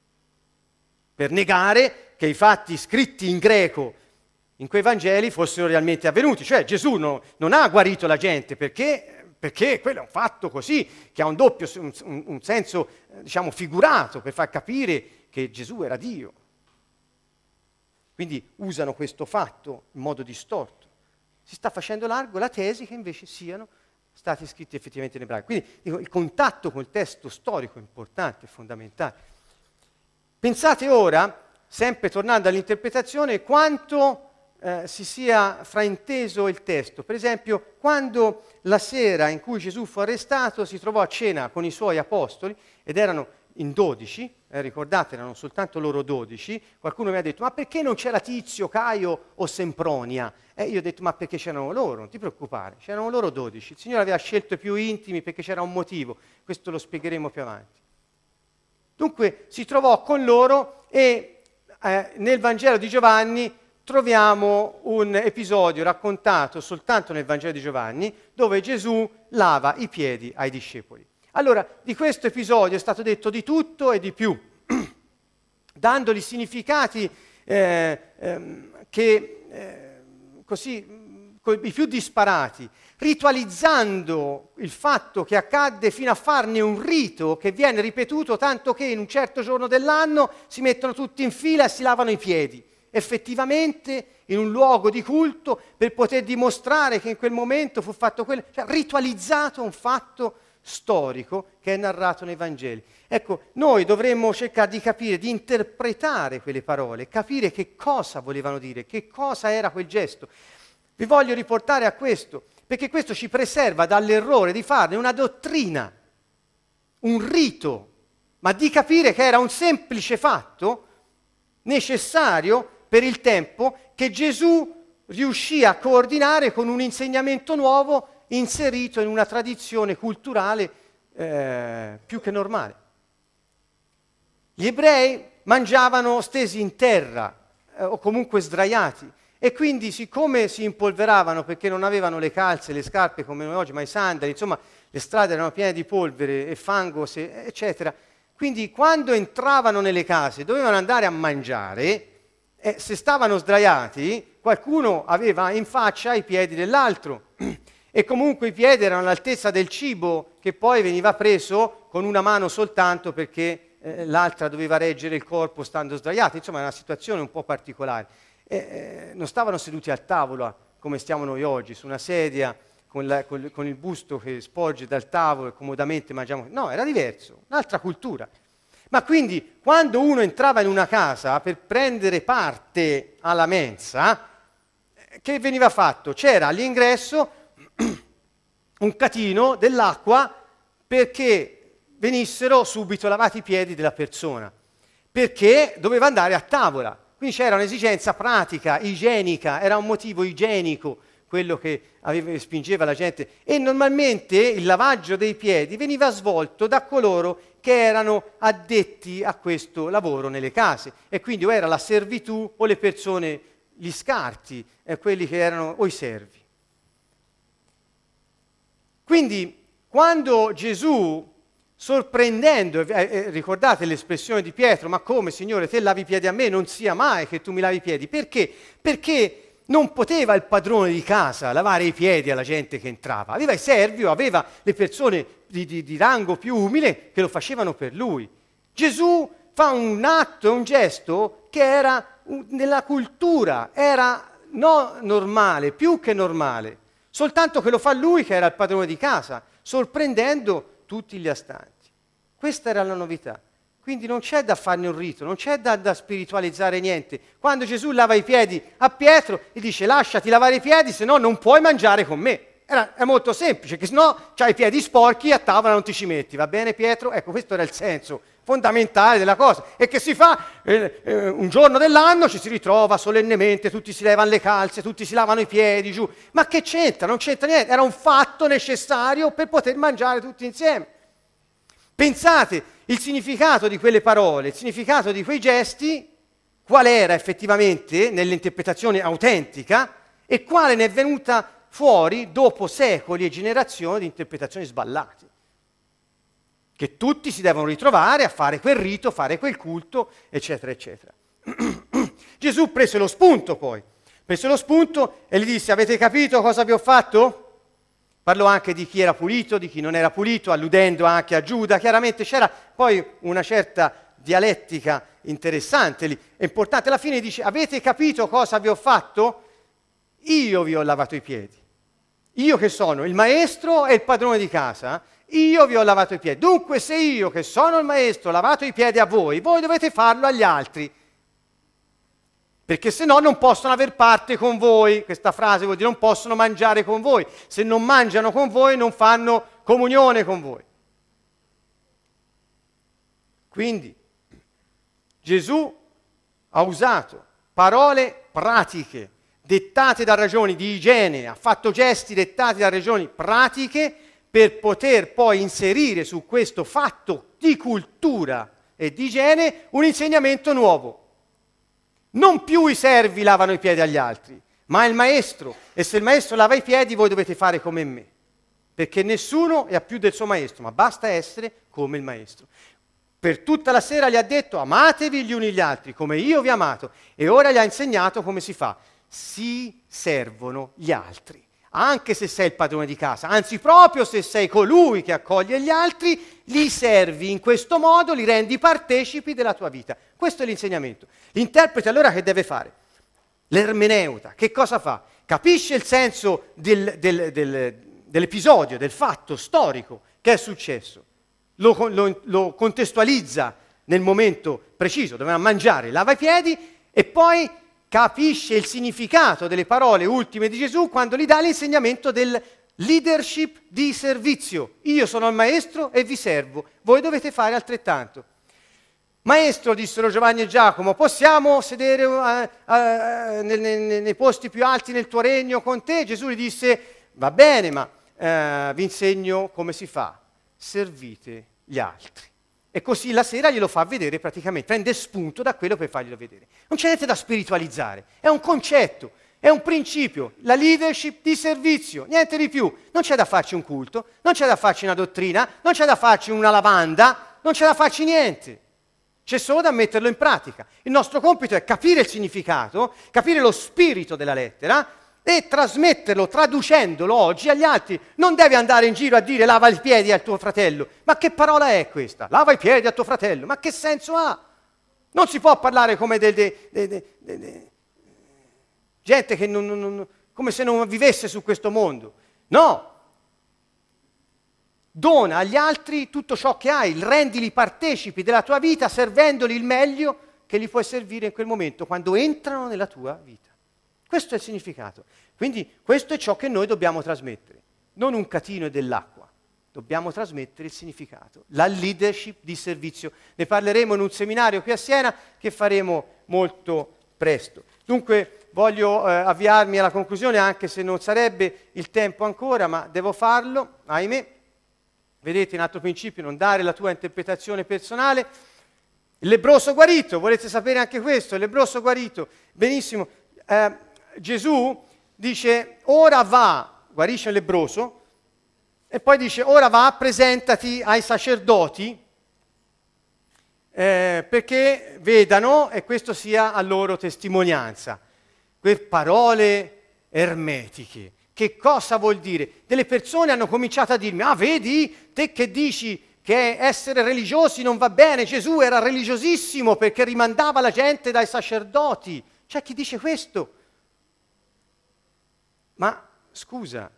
Per negare che i fatti scritti in greco in quei Vangeli fossero realmente avvenuti. Cioè Gesù no, non ha guarito la gente perché, perché quello è un fatto così, che ha un doppio, un, un senso eh, diciamo figurato, per far capire che Gesù era Dio. Quindi usano questo fatto in modo distorto. Si sta facendo largo la tesi che invece siano stati scritti effettivamente in ebraico. Quindi dico, il contatto col testo storico è importante, è fondamentale. Pensate ora, sempre tornando all'interpretazione, quanto eh, si sia frainteso il testo. Per esempio, quando la sera in cui Gesù fu arrestato si trovò a cena con i suoi apostoli, ed erano in dodici, eh, ricordate, erano soltanto loro dodici, qualcuno mi ha detto, ma perché non c'era Tizio, Caio o Sempronia? E io ho detto, ma perché c'erano loro, non ti preoccupare, c'erano loro dodici. Il Signore aveva scelto i più intimi perché c'era un motivo, questo lo spiegheremo più avanti. Dunque si trovò con loro e eh, nel Vangelo di Giovanni troviamo un episodio raccontato soltanto nel Vangelo di Giovanni dove Gesù lava i piedi ai discepoli. Allora, di questo episodio è stato detto di tutto e di più, dandogli significati eh, ehm, che eh, così i più disparati, ritualizzando il fatto che accadde fino a farne un rito che viene ripetuto tanto che in un certo giorno dell'anno si mettono tutti in fila e si lavano i piedi, effettivamente in un luogo di culto per poter dimostrare che in quel momento fu fatto quello, cioè ritualizzato un fatto storico che è narrato nei Vangeli. Ecco, noi dovremmo cercare di capire, di interpretare quelle parole, capire che cosa volevano dire, che cosa era quel gesto. Vi voglio riportare a questo, perché questo ci preserva dall'errore di farne una dottrina, un rito, ma di capire che era un semplice fatto necessario per il tempo che Gesù riuscì a coordinare con un insegnamento nuovo inserito in una tradizione culturale eh, più che normale. Gli ebrei mangiavano stesi in terra eh, o comunque sdraiati. E quindi siccome si impolveravano perché non avevano le calze, le scarpe come noi oggi, ma i sandali, insomma le strade erano piene di polvere e fango, se, eccetera, quindi quando entravano nelle case dovevano andare a mangiare, e se stavano sdraiati qualcuno aveva in faccia i piedi dell'altro e comunque i piedi erano all'altezza del cibo che poi veniva preso con una mano soltanto perché eh, l'altra doveva reggere il corpo stando sdraiati, insomma è una situazione un po' particolare. Eh, non stavano seduti al tavolo come stiamo noi oggi, su una sedia con, la, con, con il busto che sporge dal tavolo e comodamente mangiamo. No, era diverso, un'altra cultura. Ma quindi quando uno entrava in una casa per prendere parte alla mensa, che veniva fatto? C'era all'ingresso un catino dell'acqua perché venissero subito lavati i piedi della persona, perché doveva andare a tavola. Quindi c'era un'esigenza pratica, igienica, era un motivo igienico quello che aveva, spingeva la gente. E normalmente il lavaggio dei piedi veniva svolto da coloro che erano addetti a questo lavoro nelle case. E quindi o era la servitù o le persone, gli scarti, eh, quelli che erano o i servi. Quindi quando Gesù, sorprendendo, eh, eh, ricordate l'espressione di Pietro, ma come Signore te lavi i piedi a me, non sia mai che tu mi lavi i piedi, perché? Perché Non poteva il padrone di casa lavare i piedi alla gente che entrava, aveva i servi o aveva le persone di, di, di rango più umile che lo facevano per lui. Gesù fa un atto, un gesto che era nella cultura, era no normale, più che normale, soltanto che lo fa lui che era il padrone di casa, sorprendendo tutti gli astanti. Questa era la novità. Quindi non c'è da farne un rito, non c'è da, da spiritualizzare niente. Quando Gesù lava i piedi a Pietro, gli dice lasciati lavare i piedi, se no non puoi mangiare con me. Era, è molto semplice, che se no c'hai i piedi sporchi, a tavola non ti ci metti, va bene Pietro? Ecco, questo era il senso fondamentale della cosa. E che si fa eh, eh, un giorno dell'anno, ci si ritrova solennemente, tutti si levano le calze, tutti si lavano i piedi giù. Ma che c'entra? Non c'entra niente, era un fatto necessario per poter mangiare tutti insieme. Pensate, il significato di quelle parole, il significato di quei gesti, qual era effettivamente nell'interpretazione autentica e quale ne è venuta fuori dopo secoli e generazioni di interpretazioni sballate. Che tutti si devono ritrovare a fare quel rito, fare quel culto, eccetera, eccetera. Gesù prese lo spunto poi, prese lo spunto e gli disse: avete capito cosa vi ho fatto? Parlò anche di chi era pulito, di chi non era pulito, alludendo anche a Giuda. Chiaramente c'era poi una certa dialettica interessante lì, è importante. Alla fine dice: avete capito cosa vi ho fatto? Io vi ho lavato i piedi. Io che sono il maestro e il padrone di casa, io vi ho lavato i piedi. Dunque se io che sono il maestro ho lavato i piedi a voi, voi dovete farlo agli altri. Perché se no non possono aver parte con voi. Questa frase vuol dire non possono mangiare con voi. Se non mangiano con voi non fanno comunione con voi. Quindi Gesù ha usato parole pratiche, dettate da ragioni di igiene, ha fatto gesti dettati da ragioni pratiche per poter poi inserire su questo fatto di cultura e di igiene un insegnamento nuovo. Non più i servi lavano i piedi agli altri, ma il maestro. E se il maestro lava i piedi, voi dovete fare come me. Perché nessuno è a più del suo maestro, ma basta essere come il maestro. Per tutta la sera gli ha detto: amatevi gli uni gli altri, come io vi ho amato. E ora gli ha insegnato come si fa. Si servono gli altri. Anche se sei il padrone di casa, anzi proprio se sei colui che accoglie gli altri, li servi in questo modo, li rendi partecipi della tua vita. Questo è l'insegnamento. L'interprete allora che deve fare? L'ermeneuta, che cosa fa? Capisce il senso del, del, del, dell'episodio, del fatto storico che è successo, lo, lo, lo contestualizza nel momento preciso, doveva mangiare, lava i piedi e poi capisce il significato delle parole ultime di Gesù quando gli dà l'insegnamento del leadership di servizio. Io sono il maestro e vi servo, voi dovete fare altrettanto. Maestro, dissero Giovanni e Giacomo, possiamo sedere uh, uh, nei, nei, nei posti più alti nel tuo regno con te? Gesù gli disse: va bene, ma uh, vi insegno come si fa, servite gli altri. E così la sera glielo fa vedere praticamente, prende spunto da quello per farglielo vedere. Non c'è niente da spiritualizzare, è un concetto, è un principio, la leadership di servizio, niente di più. Non c'è da farci un culto, non c'è da farci una dottrina, non c'è da farci una lavanda, non c'è da farci niente. C'è solo da metterlo in pratica. Il nostro compito è capire il significato, capire lo spirito della lettera e trasmetterlo, traducendolo oggi agli altri. Non devi andare in giro a dire lava i piedi al tuo fratello. Ma che parola è questa? Lava i piedi a tuo fratello. Ma che senso ha? Non si può parlare come de, de, de, de, de, de gente che non, non, come se non vivesse su questo mondo. No! Dona agli altri tutto ciò che hai, rendili partecipi della tua vita servendoli il meglio che li puoi servire in quel momento, quando entrano nella tua vita. Questo è il significato. Quindi questo è ciò che noi dobbiamo trasmettere, non un catino e dell'acqua. Dobbiamo trasmettere il significato, la leadership di servizio. Ne parleremo in un seminario qui a Siena che faremo molto presto. Dunque voglio eh, avviarmi alla conclusione, anche se non sarebbe il tempo ancora, ma devo farlo, ahimè. Vedete, in altro principio, non dare la tua interpretazione personale. Il lebbroso guarito, volete sapere anche questo? Il lebbroso guarito, benissimo. Eh, Gesù dice, ora va, guarisce il lebbroso, e poi dice, ora va, presentati ai sacerdoti, eh, perché vedano e questo sia a loro testimonianza. per parole ermetiche. Che cosa vuol dire? Delle persone hanno cominciato a dirmi, ah vedi, te che dici che essere religiosi non va bene, Gesù era religiosissimo perché rimandava la gente dai sacerdoti. C'è chi dice questo. Ma scusa,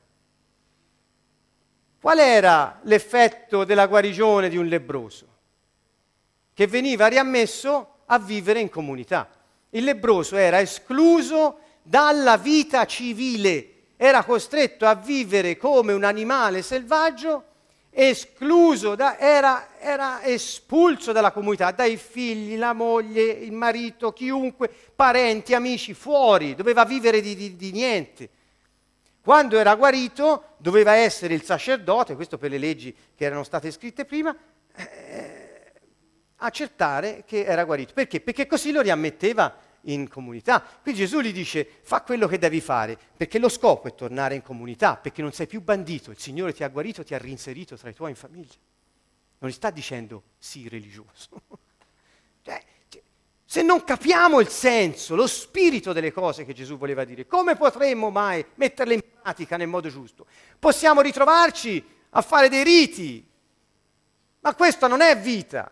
qual era l'effetto della guarigione di un lebbroso? Che veniva riammesso a vivere in comunità. Il lebbroso era escluso dalla vita civile, era costretto a vivere come un animale selvaggio, escluso, da, era, era espulso dalla comunità, dai figli, la moglie, il marito, chiunque, parenti, amici, fuori, doveva vivere di, di, di niente. Quando era guarito doveva essere il sacerdote, questo per le leggi che erano state scritte prima, eh, accertare che era guarito. Perché? Perché così lo riammetteva in comunità. Qui Gesù gli dice, fa quello che devi fare, perché lo scopo è tornare in comunità, perché non sei più bandito, il Signore ti ha guarito, ti ha reinserito tra i tuoi in famiglia. Non gli sta dicendo sii religioso. Cioè, se non capiamo il senso, lo spirito delle cose che Gesù voleva dire, come potremmo mai metterle in pratica nel modo giusto? Possiamo ritrovarci a fare dei riti, ma questo non è vita.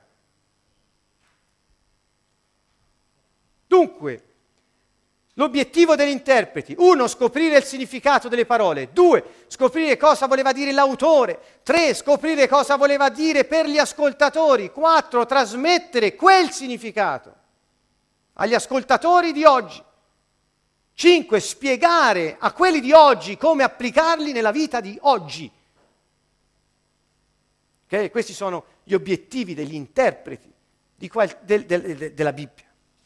Dunque, l'obiettivo degli interpreti, uno, scoprire il significato delle parole, due, scoprire cosa voleva dire l'autore, tre, scoprire cosa voleva dire per gli ascoltatori, quattro, trasmettere quel significato agli ascoltatori di oggi, cinque, spiegare a quelli di oggi come applicarli nella vita di oggi. Okay? Questi sono gli obiettivi degli interpreti di qual- del, del, del, della Bibbia.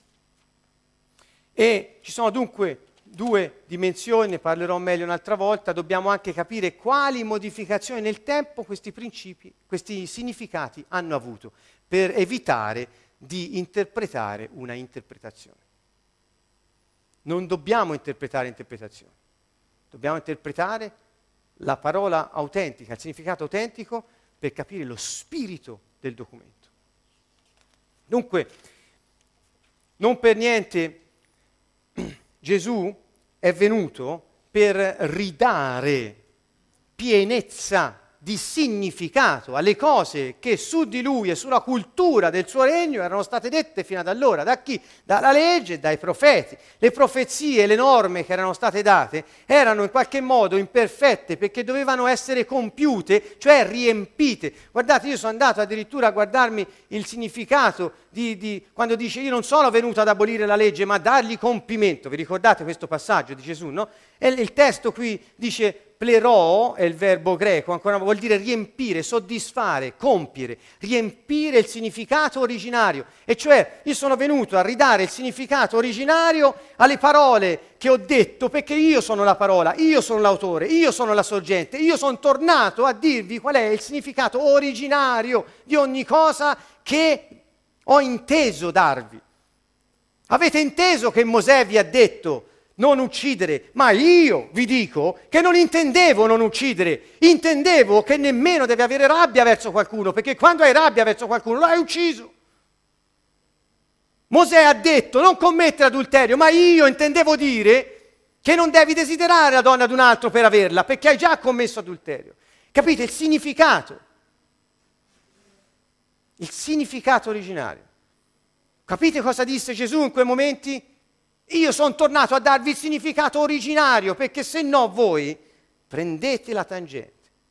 E ci sono dunque due dimensioni, ne parlerò meglio un'altra volta, dobbiamo anche capire quali modificazioni nel tempo questi principi, questi significati hanno avuto per evitare di interpretare una interpretazione. Non dobbiamo interpretare interpretazioni, dobbiamo interpretare la parola autentica, il significato autentico per capire lo spirito del documento. Dunque, non per niente Gesù è venuto per ridare pienezza di significato alle cose che su di lui e sulla cultura del suo regno erano state dette fino ad allora. Da chi? Dalla legge e dai profeti. Le profezie, le norme che erano state date erano in qualche modo imperfette perché dovevano essere compiute, cioè riempite. Guardate, io sono andato addirittura a guardarmi il significato di, di quando dice io non sono venuto ad abolire la legge ma a dargli compimento. Vi ricordate questo passaggio di Gesù, no? E il testo qui dice plerò, è il verbo greco, ancora vuol dire riempire, soddisfare, compiere, riempire il significato originario. E cioè io sono venuto a ridare il significato originario alle parole che ho detto, perché io sono la parola, io sono l'autore, io sono la sorgente, io sono tornato a dirvi qual è il significato originario di ogni cosa che ho inteso darvi. Avete inteso che Mosè vi ha detto non uccidere, ma io vi dico che non intendevo non uccidere, intendevo che nemmeno devi avere rabbia verso qualcuno, perché quando hai rabbia verso qualcuno lo hai ucciso. Mosè ha detto non commettere adulterio, ma io intendevo dire che non devi desiderare la donna di un altro per averla, perché hai già commesso adulterio. Capite il significato? Il significato originario. Capite cosa disse Gesù in quei momenti? Io sono tornato a darvi il significato originario, perché se no voi prendete la tangente.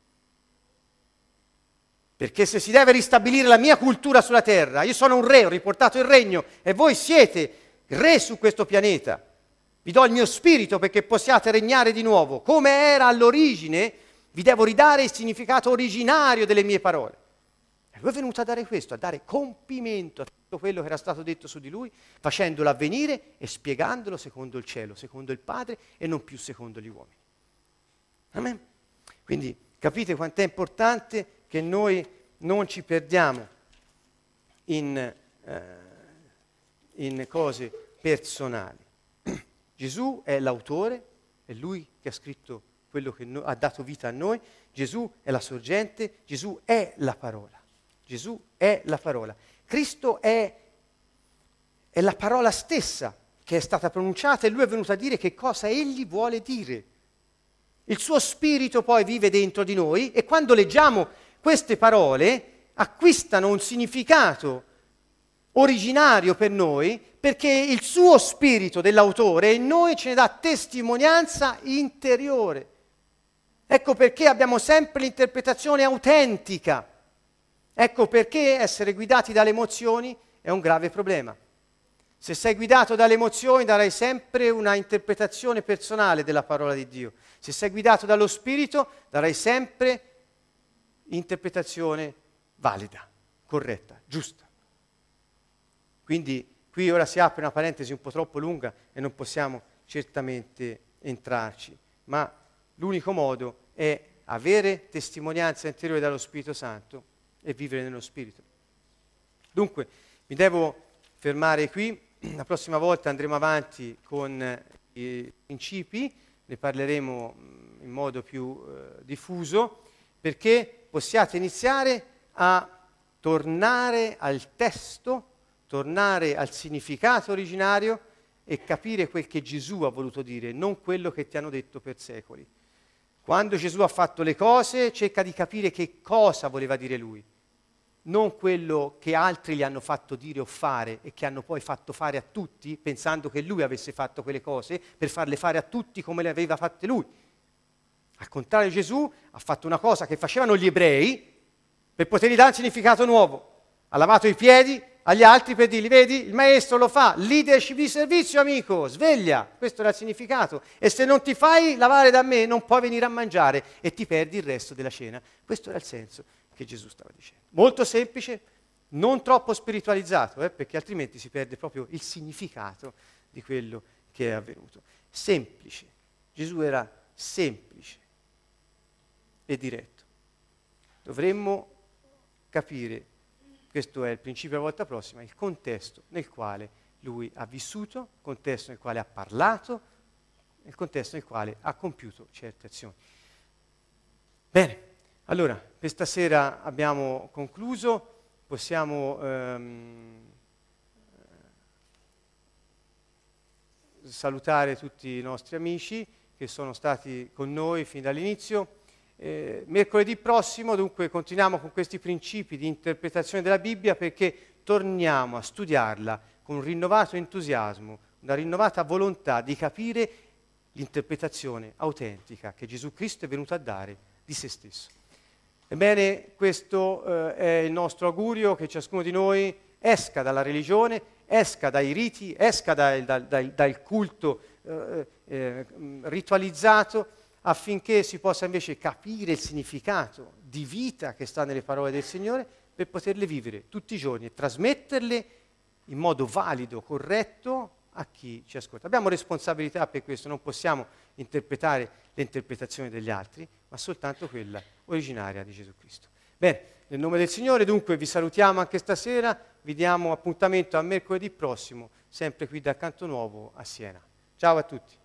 Perché se si deve ristabilire la mia cultura sulla terra, io sono un re, ho riportato il regno, e voi siete re su questo pianeta. Vi do il mio spirito perché possiate regnare di nuovo. Come era all'origine, vi devo ridare il significato originario delle mie parole. E lui è venuto a dare questo, a dare compimento a tutto quello che era stato detto su di lui, facendolo avvenire e spiegandolo secondo il cielo, secondo il Padre e non più secondo gli uomini. Amen? Quindi capite quanto è importante che noi non ci perdiamo in, eh, in cose personali. Gesù è l'autore, è lui che ha scritto quello che no- ha dato vita a noi, Gesù è la sorgente, Gesù è la parola. Gesù è la parola. Cristo è, è la parola stessa che è stata pronunciata e lui è venuto a dire che cosa egli vuole dire. Il suo spirito poi vive dentro di noi e quando leggiamo queste parole acquistano un significato originario per noi perché il suo spirito dell'autore in noi ce ne dà testimonianza interiore. Ecco perché abbiamo sempre l'interpretazione autentica. Ecco perché essere guidati dalle emozioni è un grave problema. Se sei guidato dalle emozioni darai sempre una interpretazione personale della parola di Dio. Se sei guidato dallo Spirito darai sempre interpretazione valida, corretta, giusta. Quindi qui ora si apre una parentesi un po' troppo lunga e non possiamo certamente entrarci, ma l'unico modo è avere testimonianza interiore dallo Spirito Santo e vivere nello Spirito. Dunque, mi devo fermare qui. La prossima volta andremo avanti con i principi, ne parleremo in modo più eh, diffuso, perché possiate iniziare a tornare al testo, tornare al significato originario e capire quel che Gesù ha voluto dire, non quello che ti hanno detto per secoli. Quando Gesù ha fatto le cose, cerca di capire che cosa voleva dire Lui, non quello che altri gli hanno fatto dire o fare e che hanno poi fatto fare a tutti, pensando che Lui avesse fatto quelle cose per farle fare a tutti come le aveva fatte Lui. Al contrario, Gesù ha fatto una cosa che facevano gli ebrei per potergli dare un significato nuovo. Ha lavato i piedi agli altri per dirgli, vedi, il maestro lo fa, leadership di servizio, amico, sveglia. Questo era il significato. E se non ti fai lavare da me, non puoi venire a mangiare e ti perdi il resto della cena. Questo era il senso che Gesù stava dicendo. Molto semplice, non troppo spiritualizzato, eh, perché altrimenti si perde proprio il significato di quello che è avvenuto. Semplice. Gesù era semplice e diretto. Dovremmo capire, questo è il principio la volta prossima, il contesto nel quale lui ha vissuto, il contesto nel quale ha parlato, il contesto nel quale ha compiuto certe azioni. Bene, allora, per stasera abbiamo concluso, possiamo ehm, salutare tutti i nostri amici che sono stati con noi fin dall'inizio. Eh, mercoledì prossimo dunque continuiamo con questi principi di interpretazione della Bibbia perché torniamo a studiarla con un rinnovato entusiasmo, una rinnovata volontà di capire l'interpretazione autentica che Gesù Cristo è venuto a dare di se stesso. Ebbene, questo eh, è il nostro augurio, che ciascuno di noi esca dalla religione, esca dai riti, esca dal, dal, dal, dal culto eh, eh, ritualizzato, affinché si possa invece capire il significato di vita che sta nelle parole del Signore per poterle vivere tutti i giorni e trasmetterle in modo valido, corretto a chi ci ascolta. Abbiamo responsabilità per questo, non possiamo interpretare le interpretazioni degli altri, ma soltanto quella originaria di Gesù Cristo. Bene, nel nome del Signore dunque vi salutiamo anche stasera, vi diamo appuntamento a mercoledì prossimo, sempre qui da Canto Nuovo a Siena. Ciao a tutti.